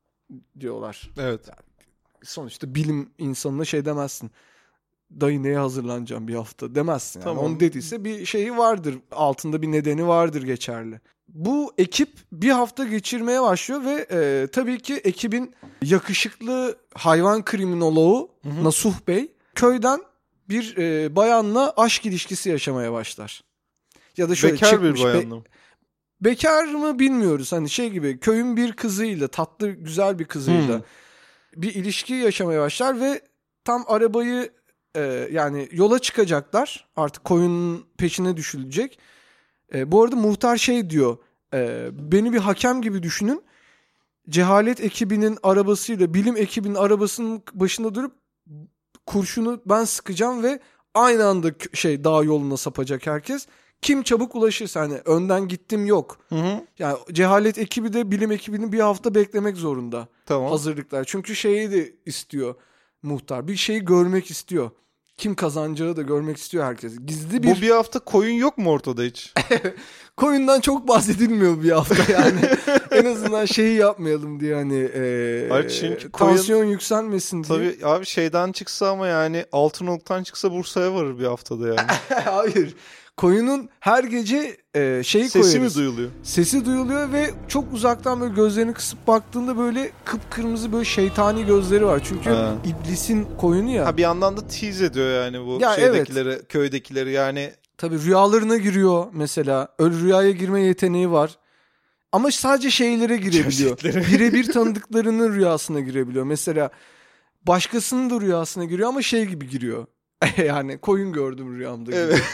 [SPEAKER 2] diyorlar.
[SPEAKER 3] Evet.
[SPEAKER 2] Sonuçta bilim insanına şey demezsin. Dayı neye hazırlanacağım bir hafta demezsin. Yani.
[SPEAKER 3] Tamam.
[SPEAKER 2] Onu dediyse bir şeyi vardır. Altında bir nedeni vardır geçerli. Bu ekip bir hafta geçirmeye başlıyor ve e, tabii ki ekibin yakışıklı hayvan kriminoloğu
[SPEAKER 3] Hı hı.
[SPEAKER 2] Nasuh Bey köyden bir e, bayanla aşk ilişkisi yaşamaya başlar. Ya da şöyle
[SPEAKER 3] Bekar bir
[SPEAKER 2] çıkmış, be-
[SPEAKER 3] bayanım.
[SPEAKER 2] bekar mı bilmiyoruz. Hani şey gibi, köyün bir kızıyla, tatlı güzel bir kızıyla
[SPEAKER 3] Hmm.
[SPEAKER 2] bir ilişki yaşamaya başlar ve tam arabayı e, yani yola çıkacaklar. Artık koyunun peşine düşülecek. E, bu arada muhtar şey diyor. e, beni bir hakem gibi düşünün. Cehalet ekibinin arabasıyla bilim ekibinin arabasının başında durup kurşunu ben sıkacağım ve aynı anda kö- şey dağ yoluna sapacak herkes. Kim çabuk ulaşırsa, hani önden gittim yok.
[SPEAKER 3] Hı hı.
[SPEAKER 2] Yani cehalet ekibi de bilim ekibini bir hafta beklemek zorunda.
[SPEAKER 3] Tamam.
[SPEAKER 2] Hazırlıklar. Çünkü şeyi de istiyor muhtar. Bir şeyi görmek istiyor. Kim kazanacağı da görmek istiyor herkes. Gizli bir...
[SPEAKER 3] Bu bir hafta koyun yok mu ortada hiç?
[SPEAKER 2] Koyundan çok bahsedilmiyor bir hafta yani. En azından şeyi yapmayalım diye hani e,
[SPEAKER 3] Hayır, çünkü koyun-
[SPEAKER 2] tansiyon yükselmesin diye.
[SPEAKER 3] Tabii abi, şeyden çıksa ama yani Altınoluk'tan çıksa Bursa'ya varır bir haftada yani.
[SPEAKER 2] Hayır. koyunun her gece e, şeyi
[SPEAKER 3] Sesi
[SPEAKER 2] koyarız.
[SPEAKER 3] mi duyuluyor?
[SPEAKER 2] Sesi duyuluyor ve çok uzaktan böyle gözlerini kısıp baktığında böyle kıpkırmızı böyle şeytani gözleri var. Çünkü
[SPEAKER 3] Ha.
[SPEAKER 2] iblisin koyunu ya.
[SPEAKER 3] Ha bir yandan da tease ediyor yani bu
[SPEAKER 2] Ya
[SPEAKER 3] şeydekileri, köydekileri yani.
[SPEAKER 2] Tabii rüyalarına giriyor mesela. Öyle rüyaya girme yeteneği var. Ama sadece şeylere girebiliyor. Birebir tanıdıklarının rüyasına girebiliyor. Mesela başkasının da rüyasına giriyor ama şey gibi giriyor. Yani koyun gördüm rüyamda gibi.
[SPEAKER 3] Evet.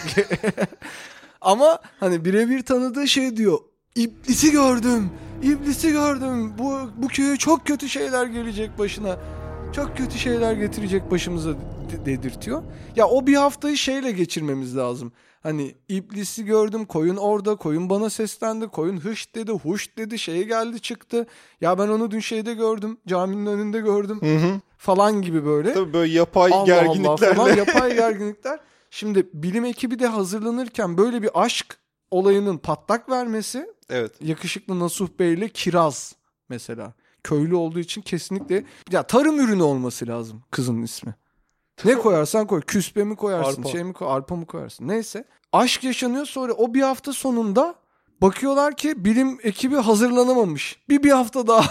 [SPEAKER 2] Ama hani birebir tanıdığı şey diyor. İblisi gördüm. İblisi gördüm. Bu bu köye çok kötü şeyler gelecek başına. Çok kötü şeyler getirecek başımıza de- dedirtiyor. Ya o bir haftayı şeyle geçirmemiz lazım. Hani iblisi gördüm, koyun orada, koyun bana seslendi, koyun hış dedi, huş dedi, şey geldi çıktı. Ya ben onu dün şeyde gördüm, caminin önünde gördüm
[SPEAKER 3] Hı hı.
[SPEAKER 2] falan gibi böyle.
[SPEAKER 3] Tabii böyle yapay
[SPEAKER 2] Allah
[SPEAKER 3] gerginliklerle.
[SPEAKER 2] Allah falan yapay gerginlikler. Şimdi bilim ekibi de hazırlanırken böyle bir aşk olayının patlak vermesi,
[SPEAKER 3] Evet.
[SPEAKER 2] yakışıklı Nasuh Bey ile Kiraz mesela. Köylü olduğu için kesinlikle ya tarım ürünü olması lazım kızın ismi. Ne koyarsan koy. Küspe mi koyarsın,
[SPEAKER 3] Arpa.
[SPEAKER 2] şey mi koy, arpa mı koyarsın. Neyse. Aşk yaşanıyor, sonra o bir hafta sonunda bakıyorlar ki bilim ekibi hazırlanamamış. Bir bir hafta daha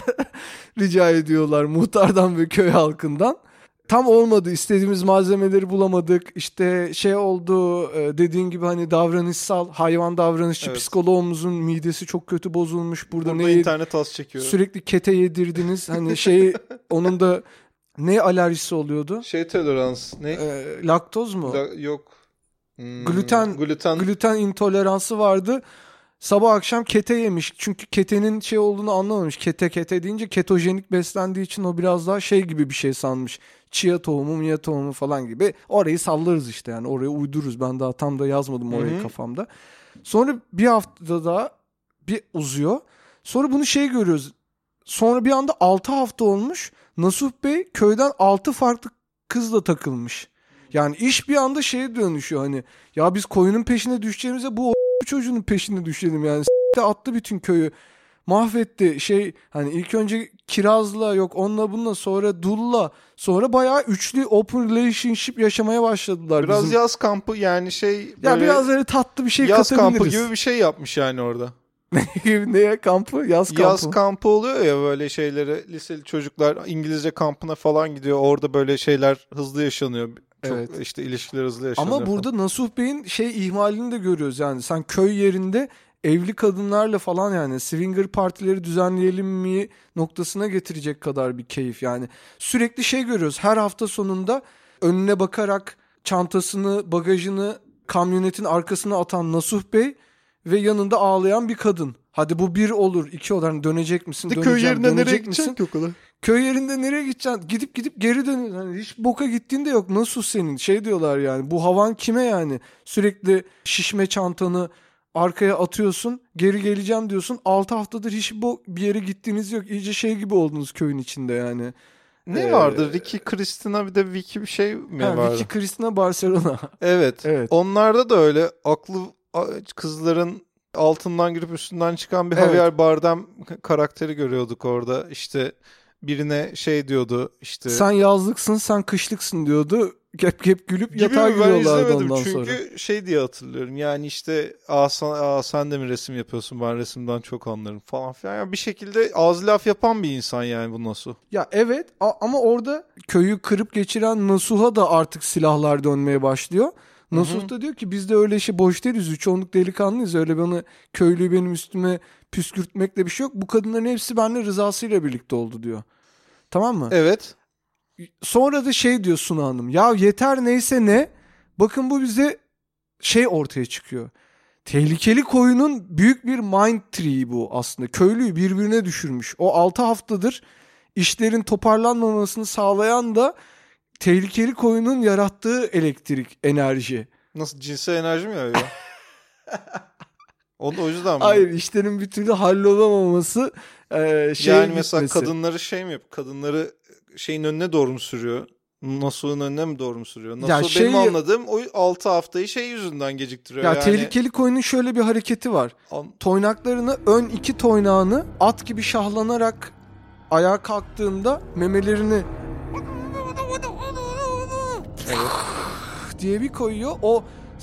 [SPEAKER 2] rica ediyorlar muhtardan ve köy halkından. Tam olmadı. İstediğimiz malzemeleri bulamadık. İşte şey oldu, dediğin gibi hani davranışsal, hayvan davranışçı
[SPEAKER 3] Evet.
[SPEAKER 2] psikoloğumuzun midesi çok kötü bozulmuş. Burada,
[SPEAKER 3] Burada
[SPEAKER 2] ne
[SPEAKER 3] internet az çekiyor.
[SPEAKER 2] sürekli kete yedirdiniz. Hani şey onun da ne alerjisi oluyordu?
[SPEAKER 3] Şey tolerans ne?
[SPEAKER 2] Ee, laktoz mu?
[SPEAKER 3] La- yok. Hmm,
[SPEAKER 2] Gluten-
[SPEAKER 3] gluten.
[SPEAKER 2] Gluten intoleransı vardı. Sabah akşam kete yemiş. Çünkü ketenin şey olduğunu anlamamış. Kete kete deyince ketojenik beslendiği için o biraz daha şey gibi bir şey sanmış. Chia tohumu, mia tohumu falan gibi. Orayı sallarız işte yani. Oraya uydururuz. Ben daha tam da yazmadım orayı
[SPEAKER 3] Hı hı.
[SPEAKER 2] kafamda. Sonra bir hafta daha bir uzuyor. Sonra bunu şey görüyoruz. Sonra bir anda altı hafta olmuş. Nasuh Bey köyden altı farklı kızla takılmış. Yani iş bir anda şeye dönüşüyor hani. Ya biz koyunun peşine düşeceğimize bu o çocuğunun peşine düşelim yani. S**te attı bütün köyü. Mahvetti. Şey hani ilk önce Kiraz'la, yok onunla bununla, sonra Dul'la, sonra bayağı üçlü open relationship yaşamaya başladılar.
[SPEAKER 3] Biraz
[SPEAKER 2] bizim.
[SPEAKER 3] yaz kampı yani şey
[SPEAKER 2] Ya
[SPEAKER 3] böyle
[SPEAKER 2] biraz öyle tatlı bir şey
[SPEAKER 3] yaz
[SPEAKER 2] katabiliriz.
[SPEAKER 3] kampı gibi bir şey yapmış yani orada.
[SPEAKER 2] Neye kampı? Yaz kampı.
[SPEAKER 3] Yaz kampı oluyor ya böyle şeyleri, liseli çocuklar İngilizce kampına falan gidiyor. Orada böyle şeyler hızlı yaşanıyor. Çok
[SPEAKER 2] Evet.
[SPEAKER 3] işte ilişkiler hızlı yaşanıyor.
[SPEAKER 2] Ama
[SPEAKER 3] falan.
[SPEAKER 2] burada Nasuh Bey'in şey ihmalini de görüyoruz yani. Sen köy yerinde evli kadınlarla falan yani swinger partileri düzenleyelim mi noktasına getirecek kadar bir keyif yani. Sürekli şey görüyoruz. Her hafta sonunda önüne bakarak çantasını, bagajını kamyonetin arkasına atan Nasuh Bey ve yanında ağlayan bir kadın. Hadi bu bir olur, iki olur. Hani dönecek misin?
[SPEAKER 3] De
[SPEAKER 2] Döneceğim.
[SPEAKER 3] köy yerine nereye
[SPEAKER 2] Dönecek misin?
[SPEAKER 3] gideceksin ki o kadar?
[SPEAKER 2] Köy yerinde nereye gideceksin? Gidip gidip geri dönüyorsun. Hani hiç boka gittiğin de yok. Nasıl senin? Şey diyorlar yani. Bu havan kime yani? Sürekli şişme çantanı arkaya atıyorsun. Geri geleceğim diyorsun. altı haftadır hiç bu bir yere gittiğiniz yok. İyice şey gibi oldunuz köyün içinde yani.
[SPEAKER 3] Ne
[SPEAKER 2] Ee,
[SPEAKER 3] vardı? Ricky Cristina bir de Vicky bir şey mi
[SPEAKER 2] Ha,
[SPEAKER 3] vardı?
[SPEAKER 2] Vicky Cristina Barcelona.
[SPEAKER 3] Evet.
[SPEAKER 2] Evet.
[SPEAKER 3] Onlarda da öyle aklı a- kızların altından girip üstünden çıkan bir
[SPEAKER 2] Evet.
[SPEAKER 3] Javier Bardem k- karakteri görüyorduk orada. İşte birine şey diyordu işte.
[SPEAKER 2] Sen yazlıksın, sen kışlıksın diyordu. Hep hep gülüp
[SPEAKER 3] Gibi
[SPEAKER 2] yatağa
[SPEAKER 3] mi? Ben
[SPEAKER 2] giriyorlardı
[SPEAKER 3] izlemedim
[SPEAKER 2] ondan
[SPEAKER 3] çünkü
[SPEAKER 2] sonra.
[SPEAKER 3] şey diye hatırlıyorum. Yani işte aa sen, aa sen de mi resim yapıyorsun? Ben resimden çok anlarım falan filan. Yani bir şekilde ağzı laf yapan bir insan yani bu Nasuh.
[SPEAKER 2] Ya evet a- ama orada köyü kırıp geçiren Nasuh'a da artık silahlar dönmeye başlıyor. Nasuh da diyor ki biz de öyle işi boş değiliz. Çoğunluk delikanlıyız. Öyle bana köylüyü benim üstüme püskürtmekle bir şey yok. Bu kadınların hepsi benimle rızasıyla birlikte oldu diyor. Tamam mı?
[SPEAKER 3] Evet.
[SPEAKER 2] Sonra da şey diyor Suna Hanım. Ya yeter neyse ne. Bakın bu bize şey ortaya çıkıyor. Tehlikeli koyunun büyük bir mind tree bu aslında. Köylüyü birbirine düşürmüş. O altı haftadır işlerin toparlanmamasını sağlayan da tehlikeli koyunun yarattığı elektrik, enerji.
[SPEAKER 3] Nasıl cinsel enerji mi yayıyor? Onu o yüzden mi?
[SPEAKER 2] Hayır, işlerin bir türlü hallolamaması e, şey
[SPEAKER 3] Yani mesela
[SPEAKER 2] gitmesi.
[SPEAKER 3] kadınları şey mi yapıyor? Kadınları şeyin önüne doğru mu sürüyor? Nasuh'un önüne mi doğru mu sürüyor? Nasuh
[SPEAKER 2] Ya
[SPEAKER 3] benim
[SPEAKER 2] şey-
[SPEAKER 3] anladığım o altı haftayı şey yüzünden geciktiriyor.
[SPEAKER 2] Ya
[SPEAKER 3] yani.
[SPEAKER 2] tehlikeli koyunun şöyle bir hareketi var.
[SPEAKER 3] An-
[SPEAKER 2] Toynaklarını, ön iki toynağını at gibi şahlanarak ayağa kalktığında memelerini
[SPEAKER 3] Evet.
[SPEAKER 2] diye bir koyuyor. O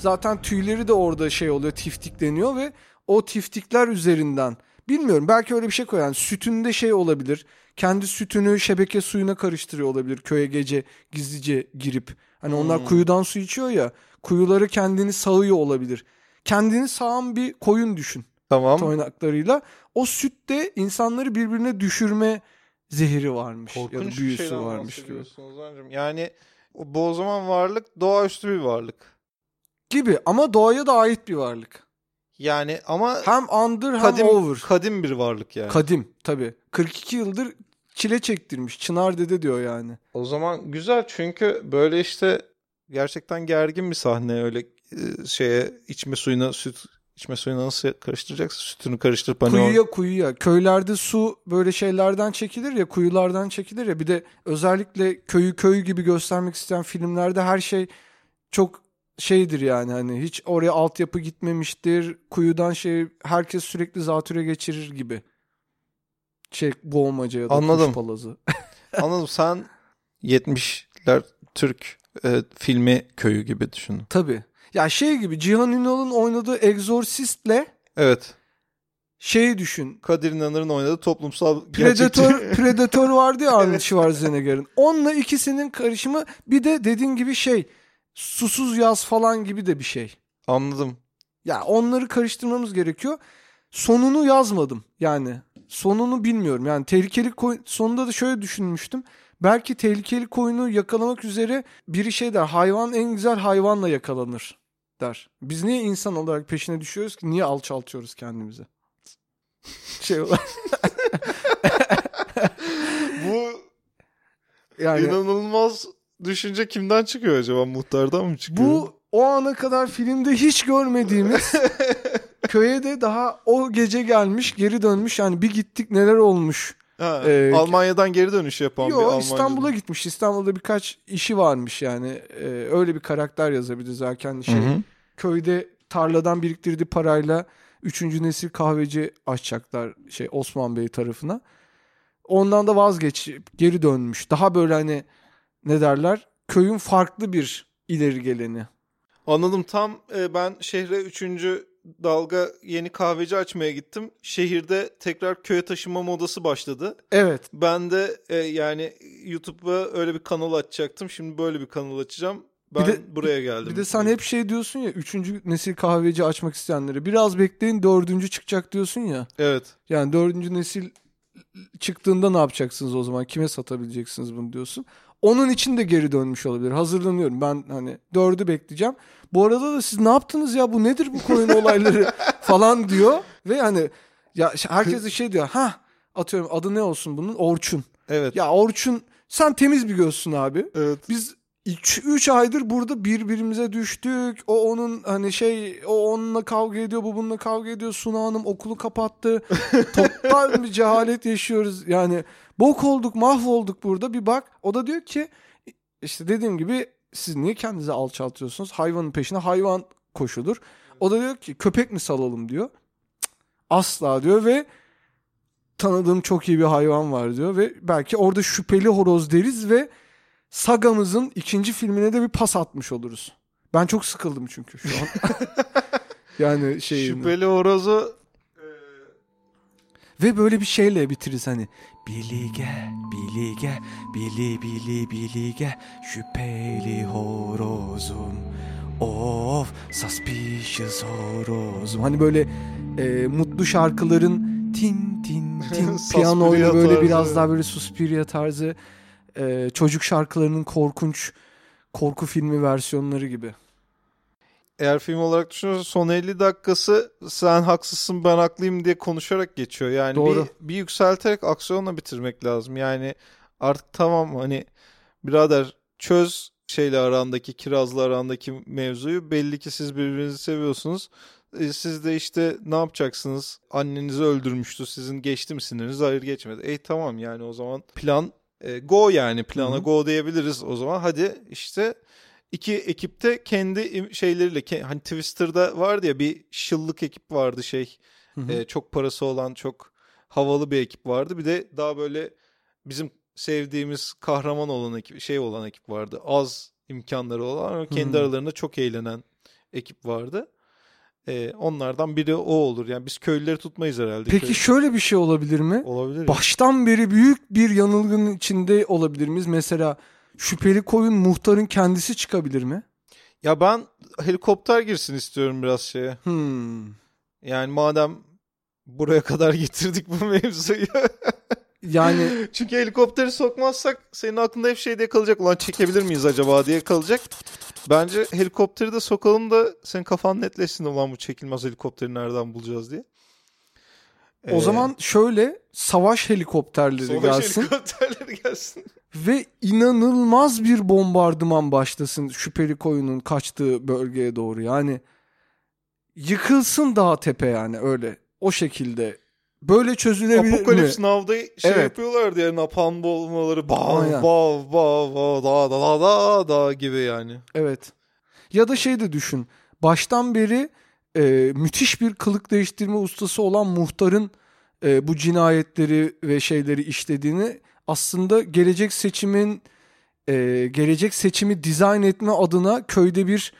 [SPEAKER 2] Zaten tüyleri de orada şey oluyor, tiftikleniyor ve o tiftikler üzerinden bilmiyorum belki öyle bir şey koyan. Yani sütünde şey olabilir. Kendi sütünü şebeke suyuna karıştırıyor olabilir köye gece gizlice girip. Hani onlar hmm. kuyudan su içiyor ya. Kuyuları kendini sağıyor olabilir. Kendini sağan bir koyun düşün.
[SPEAKER 3] Tamam.
[SPEAKER 2] Toynaklarıyla. O sütte insanları birbirine düşürme zehri varmış.
[SPEAKER 3] Korkunç
[SPEAKER 2] ya da büyüsü
[SPEAKER 3] bir
[SPEAKER 2] varmış gibi.
[SPEAKER 3] Yani bu o zaman varlık doğaüstü bir varlık.
[SPEAKER 2] Gibi ama doğaya da ait bir varlık.
[SPEAKER 3] Yani ama
[SPEAKER 2] hem under
[SPEAKER 3] kadim,
[SPEAKER 2] hem over.
[SPEAKER 3] Kadim bir varlık yani.
[SPEAKER 2] Kadim tabii. kırk iki yıldır çile çektirmiş. Çınar dede diyor yani.
[SPEAKER 3] O zaman güzel çünkü böyle işte gerçekten gergin bir sahne öyle şeye içme suyuna süt içme suyuna nasıl karıştıracaksın? Sütünü karıştırıp hani
[SPEAKER 2] kuyuya
[SPEAKER 3] or-
[SPEAKER 2] kuyuya. Köylerde su böyle şeylerden çekilir ya, kuyulardan çekilir ya. Bir de özellikle köyü köy gibi göstermek isteyen filmlerde her şey çok şeydir yani, hani hiç oraya altyapı gitmemiştir. Kuyudan şey herkes sürekli zatüre geçirir gibi. Şey boğmaca ya da
[SPEAKER 3] Anladım.
[SPEAKER 2] kuş palazı.
[SPEAKER 3] Anladım. Sen yetmişler Türk e, filmi köyü gibi düşün.
[SPEAKER 2] Tabii. Ya şey gibi Cihan Ünal'ın oynadığı Exorcist'le
[SPEAKER 3] evet.
[SPEAKER 2] Şeyi düşün.
[SPEAKER 3] Kadir İnanır'ın oynadığı toplumsal
[SPEAKER 2] Predator,
[SPEAKER 3] gerçekçi.
[SPEAKER 2] Predator vardı ya Arnold Schwarzenegger'in. Onunla ikisinin karışımı, bir de dediğin gibi şey Susuz Yaz falan gibi de bir şey.
[SPEAKER 3] Anladım.
[SPEAKER 2] Ya onları karıştırmamız gerekiyor. Sonunu yazmadım yani. Sonunu bilmiyorum. Yani tehlikeli koyun sonunda da şöyle düşünmüştüm. Belki tehlikeli koyunu yakalamak üzere biri şey der. Hayvan en güzel hayvanla yakalanır der. Biz niye insan olarak peşine düşüyoruz ki? Niye alçaltıyoruz kendimizi? Şey olarak.
[SPEAKER 3] Bu
[SPEAKER 2] yani
[SPEAKER 3] inanılmaz düşünce kimden çıkıyor acaba? Muhtardan mı çıkıyor?
[SPEAKER 2] Bu o ana kadar filmde hiç görmediğimiz köye de daha o gece gelmiş, geri dönmüş. Yani bir gittik neler olmuş.
[SPEAKER 3] Ha,
[SPEAKER 2] ee,
[SPEAKER 3] Almanya'dan geri dönüş yapan
[SPEAKER 2] yo,
[SPEAKER 3] bir Almancı.
[SPEAKER 2] İstanbul'a gitmiş. İstanbul'da birkaç işi varmış yani. Ee, öyle bir karakter yazabiliriz zaten. Şey,
[SPEAKER 3] Hı hı.
[SPEAKER 2] köyde tarladan biriktirdiği parayla üçüncü nesil kahveci açacaklar şey Osman Bey tarafına. Ondan da vazgeçip geri dönmüş. Daha böyle hani ne derler? Köyün farklı bir ileri geleni.
[SPEAKER 3] Anladım. Tam e, ben şehre üçüncü dalga yeni kahveci açmaya gittim. Şehirde tekrar köye taşınma modası başladı.
[SPEAKER 2] Evet.
[SPEAKER 3] Ben de e, yani YouTube'a öyle bir kanal açacaktım. Şimdi böyle bir kanal açacağım. Ben
[SPEAKER 2] bir de,
[SPEAKER 3] buraya geldim.
[SPEAKER 2] Bir de sen hep şey diyorsun ya, üçüncü nesil kahveci açmak isteyenlere biraz bekleyin dördüncü çıkacak diyorsun ya.
[SPEAKER 3] Evet.
[SPEAKER 2] Yani dördüncü nesil çıktığında ne yapacaksınız o zaman? Kime satabileceksiniz bunu diyorsun. Onun için de geri dönmüş olabilir. Hazırlanıyorum. Ben hani dördü bekleyeceğim. Bu arada da siz ne yaptınız ya? Bu nedir bu koyun olayları falan diyor. Ve hani ya herkes de şey diyor. Ha atıyorum adı ne olsun bunun? Orçun.
[SPEAKER 3] Evet.
[SPEAKER 2] Ya Orçun sen temiz bir gözsün abi.
[SPEAKER 3] Evet.
[SPEAKER 2] Biz üç aydır burada birbirimize düştük. O onun hani şey o onunla kavga ediyor, bu bununla kavga ediyor. Suna Hanım okulu kapattı. Toptan bir cehalet yaşıyoruz. Yani bok olduk, mahvolduk burada. Bir bak o da diyor ki işte dediğim gibi siz niye kendinizi alçaltıyorsunuz? Hayvanın peşine hayvan koşulur. O da diyor ki köpek mi salalım diyor. Cık, asla diyor ve tanıdığım çok iyi bir hayvan var diyor ve belki orada şüpheli horoz deriz ve sagamızın ikinci filmine de bir pas atmış oluruz. Ben çok sıkıldım çünkü şu an. yani şeyini.
[SPEAKER 3] Şüpheli horozu e...
[SPEAKER 2] ve böyle bir şeyle bitiririz hani. Bilige, bilige, bili bili bilige, şüpheli horozum. Of, suspicious horozum. Hani böyle e, mutlu şarkıların tin tin tin piyanoyla böyle biraz daha böyle Suspiria tarzı. Ee, çocuk şarkılarının korkunç korku filmi versiyonları gibi.
[SPEAKER 3] Eğer film olarak düşünüyorsan son elli dakikası sen haksızsın ben haklıyım diye konuşarak geçiyor. Yani
[SPEAKER 2] Doğru.
[SPEAKER 3] bir, bir yükselterek aksiyonla bitirmek lazım. Yani artık tamam hani birader çöz şeyle arandaki kirazla arandaki mevzuyu, belli ki siz birbirinizi seviyorsunuz. E, siz de işte ne yapacaksınız? Annenizi öldürmüştü, sizin geçti mi siniriniz? Hayır geçmedi. E tamam yani o zaman plan E, go yani plana Hı-hı. go diyebiliriz o zaman. Hadi işte iki ekipte kendi şeyleriyle hani Twister'da vardı ya bir şıllık ekip vardı şey e, çok parası olan çok havalı bir ekip vardı. Bir de daha böyle bizim sevdiğimiz kahraman olan ekip şey olan ekip vardı. Az imkanları olan ama kendi Hı-hı. aralarında çok eğlenen ekip vardı. Ee, onlardan biri o olur. Yani biz köylüleri tutmayız herhalde.
[SPEAKER 2] Peki
[SPEAKER 3] Köy...
[SPEAKER 2] şöyle bir şey olabilir mi?
[SPEAKER 3] Olabilir.
[SPEAKER 2] Baştan beri büyük bir yanılgının içinde olabilir miyiz? Mesela şüpheli koyun muhtarın kendisi çıkabilir mi?
[SPEAKER 3] Ya ben helikopter girsin istiyorum biraz şeye.
[SPEAKER 2] Hmm.
[SPEAKER 3] Yani madem buraya kadar getirdik bu mevzuyu.
[SPEAKER 2] Yani
[SPEAKER 3] çünkü helikopteri sokmazsak senin aklında hep şey diye kalacak. Ulan çekebilir miyiz acaba diye kalacak. Bence helikopteri de sokalım da senin kafan netleşsin. Ulan bu çekilmez helikopteri nereden bulacağız diye.
[SPEAKER 2] O ee, zaman şöyle savaş helikopterleri
[SPEAKER 3] savaş
[SPEAKER 2] gelsin.
[SPEAKER 3] Savaş helikopterleri gelsin.
[SPEAKER 2] Ve inanılmaz bir bombardıman başlasın şüpheli koyunun kaçtığı bölgeye doğru. Yani yıkılsın dağ tepe yani öyle. O şekilde. Böyle çözülebilir mi?
[SPEAKER 3] Apokalips Now'da şey
[SPEAKER 2] evet.
[SPEAKER 3] yapıyorlardı yani napalm olmaları bav bav bav bav da da da da gibi yani.
[SPEAKER 2] Evet. Ya da şey de düşün. Baştan beri e, müthiş bir kılık değiştirme ustası olan muhtarın e, bu cinayetleri ve şeyleri işlediğini aslında gelecek seçimin e, gelecek seçimi dizayn etme adına köyde bir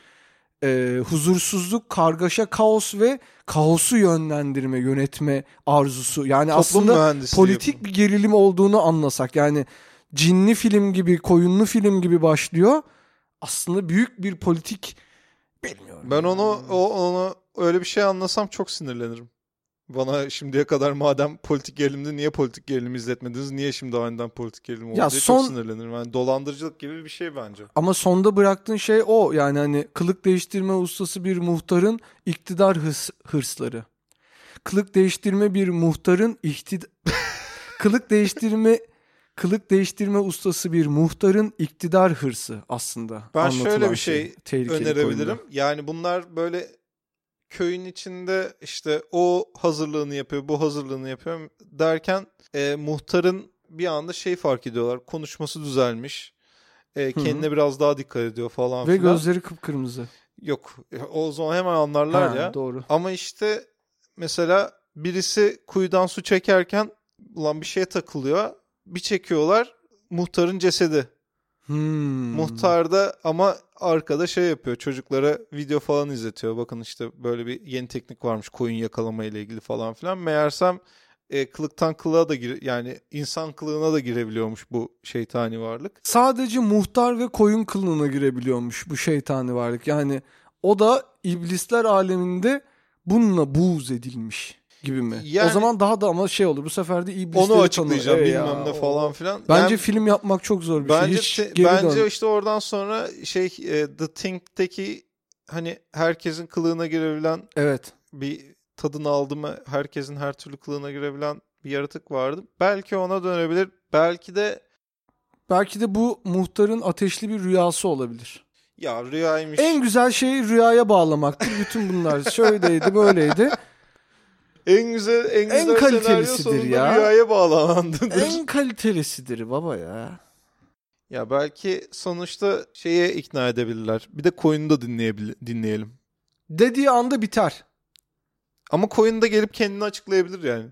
[SPEAKER 2] e, huzursuzluk, kargaşa, kaos ve kaosu yönlendirme, yönetme arzusu. Yani toplum aslında politik yapın. Bir gerilim olduğunu anlasak. Yani cinli film gibi, koyunlu film gibi başlıyor. Aslında büyük bir politik bilmiyorum.
[SPEAKER 3] Ben onu o onu öyle bir şey anlasam çok sinirlenirim. Bana şimdiye kadar madem politik gerilimdi niye politik gerilim izletmediniz? Niye şimdi aniden politik gerilim oldu ya diye son... çok sinirlenirim. Yani dolandırıcılık gibi bir şey bence.
[SPEAKER 2] Ama sonda bıraktığın şey o. Yani hani kılık değiştirme ustası bir muhtarın iktidar hırs, hırsları. Kılık değiştirme bir muhtarın iktidar... kılık değiştirme... Kılık değiştirme ustası bir muhtarın iktidar hırsı aslında.
[SPEAKER 3] Ben şöyle bir şey, şey önerebilirim. Konuda. Yani bunlar böyle köyün içinde işte o hazırlığını yapıyor, bu hazırlığını yapıyor derken e, muhtarın bir anda şey fark ediyorlar. Konuşması düzelmiş. E, kendine biraz daha dikkat ediyor falan
[SPEAKER 2] Ve
[SPEAKER 3] filan.
[SPEAKER 2] gözleri kıpkırmızı.
[SPEAKER 3] Yok. O zaman hemen anlarlar ha, ya.
[SPEAKER 2] Doğru.
[SPEAKER 3] Ama işte mesela birisi kuyudan su çekerken ulan bir şeye takılıyor. Bir çekiyorlar muhtarın cesedi.
[SPEAKER 2] Hmm.
[SPEAKER 3] Muhtar da ama arkada şey yapıyor, çocuklara video falan izletiyor. Bakın işte böyle bir yeni teknik varmış koyun yakalama ile ilgili falan filan. Meğersem e, kılıktan kılığa da gire, yani insan kılığına da girebiliyormuş bu şeytani varlık.
[SPEAKER 2] Sadece muhtar ve koyun kılığına girebiliyormuş bu şeytani varlık. Yani o da iblisler aleminde bununla buğz edilmiş gibi mi? Yani, o zaman daha da ama şey olur. Bu sefer de iblisleri
[SPEAKER 3] onu açıklayacağım
[SPEAKER 2] tanı-
[SPEAKER 3] bilmem
[SPEAKER 2] ya,
[SPEAKER 3] ne falan filan.
[SPEAKER 2] Bence
[SPEAKER 3] ben,
[SPEAKER 2] film yapmak çok zor bir
[SPEAKER 3] bence
[SPEAKER 2] şey. Hiç
[SPEAKER 3] te, bence
[SPEAKER 2] dön.
[SPEAKER 3] işte oradan sonra şey e, The Thing'teki hani herkesin kılığına girebilen
[SPEAKER 2] evet.
[SPEAKER 3] bir tadını aldı mı herkesin her türlü kılığına girebilen bir yaratık vardı. Belki ona dönebilir. Belki de
[SPEAKER 2] belki de bu muhtarın ateşli bir rüyası olabilir.
[SPEAKER 3] Ya rüyaymış.
[SPEAKER 2] En güzel şey rüyaya bağlamaktır. Bütün bunlar şöyleydi, böyleydi.
[SPEAKER 3] En güzel en güzel
[SPEAKER 2] en kalitelisidir ya.
[SPEAKER 3] Rüyaya bağlanandır.
[SPEAKER 2] En kalitelisidir baba ya.
[SPEAKER 3] Ya belki sonuçta şeye ikna edebilirler. Bir de koyunu da dinleyelim.
[SPEAKER 2] Dediği anda biter.
[SPEAKER 3] Ama koyun da gelip kendini açıklayabilir yani.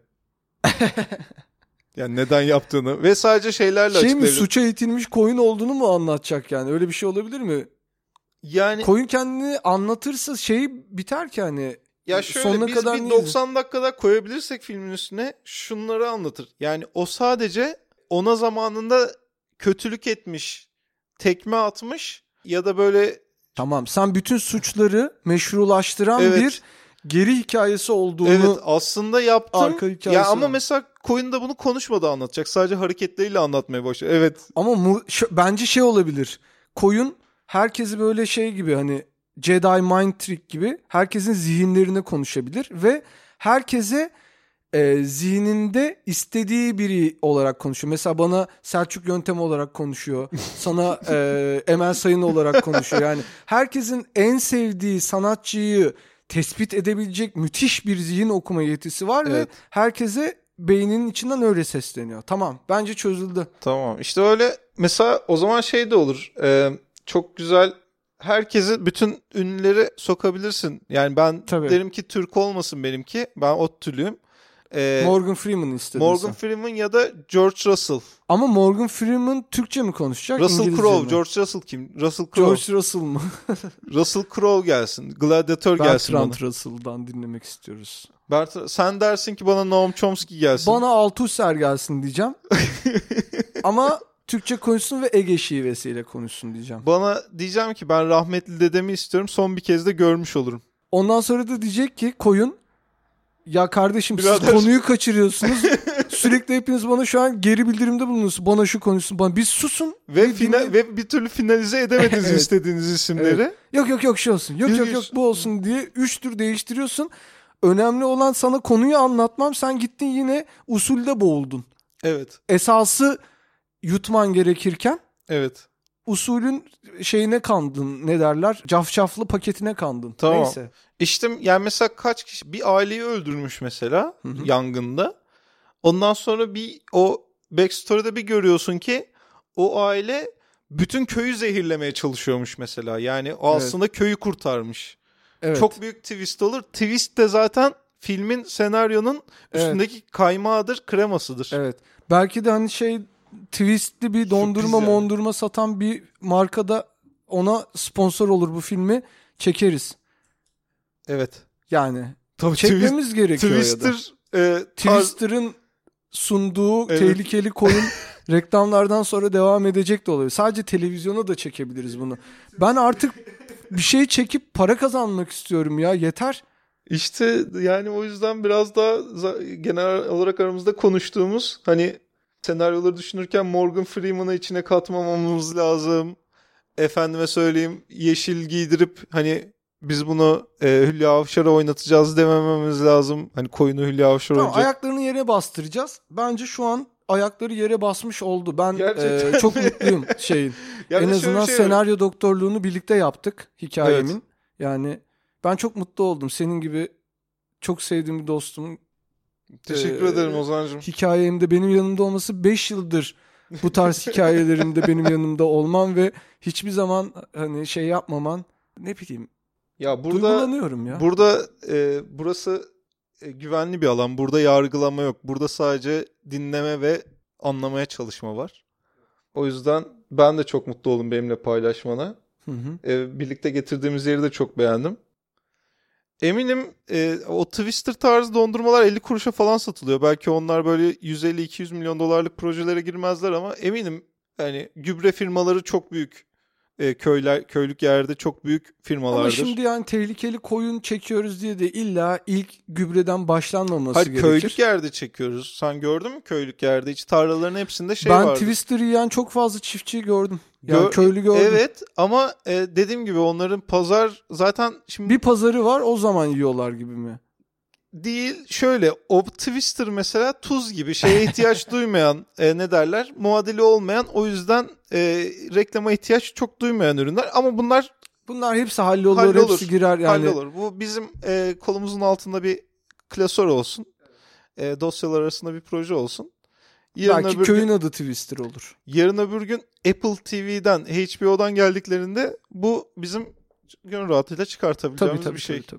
[SPEAKER 3] Yani neden yaptığını ve sadece şeylerle
[SPEAKER 2] şey
[SPEAKER 3] açıklayabilir.
[SPEAKER 2] Şey mi, suça itilmiş koyun olduğunu mu anlatacak yani? Öyle bir şey olabilir mi?
[SPEAKER 3] Yani
[SPEAKER 2] koyun kendini anlatırsa şey biter ki hani.
[SPEAKER 3] Ya şöyle sonuna biz kadar bir doksan niye? Dakikada koyabilirsek filmin üstüne şunları anlatır. Yani o sadece ona zamanında kötülük etmiş, tekme atmış ya da böyle...
[SPEAKER 2] Tamam, sen bütün suçları meşrulaştıran evet. bir geri hikayesi olduğunu...
[SPEAKER 3] Evet, aslında yaptım.
[SPEAKER 2] Arka hikayesi
[SPEAKER 3] ya ama
[SPEAKER 2] var.
[SPEAKER 3] mesela koyun da bunu konuşmadı anlatacak. Sadece hareketleriyle anlatmaya başlıyor. Evet.
[SPEAKER 2] Ama mu- ş- bence şey olabilir. Koyun herkesi böyle şey gibi hani... Jedi Mind Trick gibi herkesin zihinlerine konuşabilir ve herkese e, zihninde istediği biri olarak konuşuyor. Mesela bana Selçuk Yöntem olarak konuşuyor. Sana e, Emel Sayın olarak konuşuyor. Yani herkesin en sevdiği sanatçıyı tespit edebilecek müthiş bir zihin okuma yetisi var evet. ve herkese beyninin içinden öyle sesleniyor. Tamam, bence çözüldü.
[SPEAKER 3] Tamam, işte öyle mesela o zaman şey de olur. Ee, çok güzel. Herkesi, bütün ünlüleri sokabilirsin. Yani ben Tabii. derim ki Türk olmasın benimki. Ben ODTÜ'lüyüm. Ee,
[SPEAKER 2] Morgan Freeman istedin
[SPEAKER 3] Morgan
[SPEAKER 2] sen.
[SPEAKER 3] Freeman ya da George Russell.
[SPEAKER 2] Ama Morgan Freeman Türkçe mi konuşacak?
[SPEAKER 3] Russell
[SPEAKER 2] İngilizce
[SPEAKER 3] Crowe.
[SPEAKER 2] mi?
[SPEAKER 3] George Russell kim? Russell Crowe.
[SPEAKER 2] George Russell mı?
[SPEAKER 3] Russell Crowe gelsin. Gladiator gelsin bana.
[SPEAKER 2] Bertrand Russell'dan dinlemek istiyoruz.
[SPEAKER 3] Bertrand, sen dersin ki bana Noam Chomsky gelsin.
[SPEAKER 2] Bana Althusser gelsin diyeceğim. Ama Türkçe konuşsun ve Ege şivesiyle konuşsun diyeceğim.
[SPEAKER 3] Bana diyeceğim ki ben rahmetli dedemi istiyorum. Son bir kez de görmüş olurum.
[SPEAKER 2] Ondan sonra da diyecek ki koyun, ya kardeşim
[SPEAKER 3] Birader.
[SPEAKER 2] siz konuyu kaçırıyorsunuz. Sürekli hepiniz bana şu an geri bildirimde bulunuyorsunuz. Bana şu konuşsun. Bana bir susun.
[SPEAKER 3] Ve,
[SPEAKER 2] bir
[SPEAKER 3] final,
[SPEAKER 2] dinle-
[SPEAKER 3] ve bir türlü finalize edemediniz
[SPEAKER 2] Evet.
[SPEAKER 3] istediğiniz isimleri.
[SPEAKER 2] Evet. Yok yok yok şu olsun. Yok
[SPEAKER 3] Yok,
[SPEAKER 2] yok
[SPEAKER 3] yok.
[SPEAKER 2] yok bu olsun diye üç tür değiştiriyorsun. Önemli olan sana konuyu anlatmam. Sen gittin yine usulde boğuldun.
[SPEAKER 3] Evet.
[SPEAKER 2] Esası yutman gerekirken
[SPEAKER 3] Evet.
[SPEAKER 2] usulün şeyine kandın, ne derler? Cafcaflı paketine kandın.
[SPEAKER 3] Tamam.
[SPEAKER 2] Neyse.
[SPEAKER 3] İşte yani mesela kaç kişi bir aileyi öldürmüş mesela
[SPEAKER 2] Hı hı.
[SPEAKER 3] yangında. Ondan sonra bir o backstory'de bir görüyorsun ki o aile bütün köyü zehirlemeye çalışıyormuş mesela. Yani o
[SPEAKER 2] Evet.
[SPEAKER 3] aslında köyü kurtarmış.
[SPEAKER 2] Evet.
[SPEAKER 3] Çok büyük twist olur. Twist de zaten filmin, senaryonun
[SPEAKER 2] Evet.
[SPEAKER 3] üstündeki kaymağıdır, kremasıdır.
[SPEAKER 2] Evet. Belki de hani şey twistli bir dondurma
[SPEAKER 3] Sürpriz yani.
[SPEAKER 2] mondurma satan bir markada ona sponsor olur bu filmi çekeriz.
[SPEAKER 3] Evet.
[SPEAKER 2] Yani
[SPEAKER 3] Tabii
[SPEAKER 2] çekmemiz gerekiyor ya da.
[SPEAKER 3] Twister e, tarz-
[SPEAKER 2] Twister'ın sunduğu
[SPEAKER 3] Evet.
[SPEAKER 2] tehlikeli koyun reklamlardan sonra devam edecek de olabilir. Sadece televizyona da çekebiliriz bunu. Ben artık bir şey çekip para kazanmak istiyorum ya, yeter.
[SPEAKER 3] İşte yani o yüzden biraz daha za- genel olarak aramızda konuştuğumuz hani senaryoları düşünürken Morgan Freeman'ı içine katmamamız lazım. Efendime söyleyeyim yeşil giydirip hani biz bunu e, Hülya Avşar'a oynatacağız demememiz lazım. Hani koyunu Hülya Avşar
[SPEAKER 2] Tamam,
[SPEAKER 3] oynayacak.
[SPEAKER 2] ayaklarını yere bastıracağız. Bence şu an ayakları yere basmış oldu. Ben
[SPEAKER 3] Gerçekten.
[SPEAKER 2] e, çok mutluyum şeyin.
[SPEAKER 3] Ya
[SPEAKER 2] En
[SPEAKER 3] bir de şöyle
[SPEAKER 2] azından
[SPEAKER 3] bir şey var.
[SPEAKER 2] senaryo doktorluğunu birlikte yaptık hikayemin.
[SPEAKER 3] Evet.
[SPEAKER 2] Yani ben çok mutlu oldum. Senin gibi çok sevdiğim bir dostumun
[SPEAKER 3] Teşekkür
[SPEAKER 2] Ee,
[SPEAKER 3] ederim Ozan'cığım.
[SPEAKER 2] hikayemde benim yanımda olması, beş yıldır bu tarz hikayelerimde benim yanımda olman ve hiçbir zaman hani şey yapmaman, ne bileyim,
[SPEAKER 3] Ya burada
[SPEAKER 2] duygulanıyorum ya.
[SPEAKER 3] burada e, burası e, güvenli bir alan. Burada yargılama yok. Burada sadece dinleme ve anlamaya çalışma var. O yüzden ben de çok mutlu oldum benimle paylaşmana.
[SPEAKER 2] Hı hı.
[SPEAKER 3] E, birlikte getirdiğimiz yeri de çok beğendim. Eminim e, o Twister tarzı dondurmalar elli kuruşa falan satılıyor. Belki onlar böyle yüz elli iki yüz milyon dolarlık projelere girmezler ama eminim yani gübre firmaları çok büyük e, köyler köylük yerde çok büyük firmalardır.
[SPEAKER 2] Ama şimdi yani tehlikeli koyun çekiyoruz diye de illa ilk gübreden başlanmaması
[SPEAKER 3] Hayır,
[SPEAKER 2] gerekir.
[SPEAKER 3] köylük yerde çekiyoruz. Sen gördün mü köylük yerde? Hiç tarlaların hepsinde şey
[SPEAKER 2] ben
[SPEAKER 3] vardı.
[SPEAKER 2] Twister yiyen çok fazla çiftçiyi gördüm. Yani
[SPEAKER 3] Gör-
[SPEAKER 2] köylü gördüm.
[SPEAKER 3] Evet ama e, dediğim gibi onların pazar zaten şimdi
[SPEAKER 2] Bir pazarı var, o zaman yiyorlar gibi mi?
[SPEAKER 3] değil. Şöyle o Twister mesela tuz gibi şeye ihtiyaç duymayan e, ne derler muadili olmayan o yüzden e, reklama ihtiyaç çok duymayan ürünler ama bunlar
[SPEAKER 2] Bunlar hepsi hallolur,
[SPEAKER 3] Hallolur.
[SPEAKER 2] hepsi girer yani.
[SPEAKER 3] hallolur. Bu bizim e, kolumuzun altında bir klasör olsun. E, dosyalar arasında bir proje olsun. Yarın
[SPEAKER 2] Belki
[SPEAKER 3] öbür
[SPEAKER 2] köyün
[SPEAKER 3] gün,
[SPEAKER 2] adı Twister olur.
[SPEAKER 3] yarın öbür gün Apple T V'den, H B O'dan geldiklerinde bu bizim gönül rahatıyla çıkartabileceğimiz
[SPEAKER 2] Tabii tabii,
[SPEAKER 3] bir şey.
[SPEAKER 2] tabii, tabii.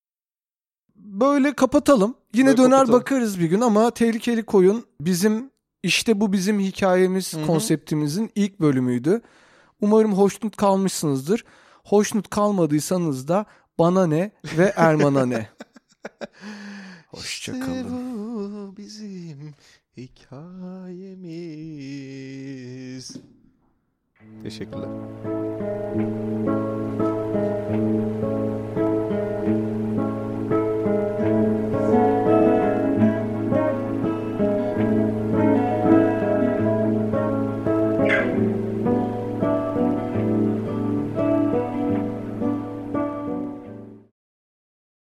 [SPEAKER 2] Böyle kapatalım. Yine
[SPEAKER 3] Böyle
[SPEAKER 2] döner
[SPEAKER 3] kapatalım.
[SPEAKER 2] bakarız bir gün ama Tehlikeli Koyun bizim, işte bu bizim hikayemiz,
[SPEAKER 3] Hı hı.
[SPEAKER 2] konseptimizin ilk bölümüydü. Umarım hoşnut kalmışsınızdır. Hoşnut kalmadıysanız da bana ne ve Erman'a ne. Hoşça kalın.
[SPEAKER 3] İşte bu bizim hikayemiz. Teşekkürler.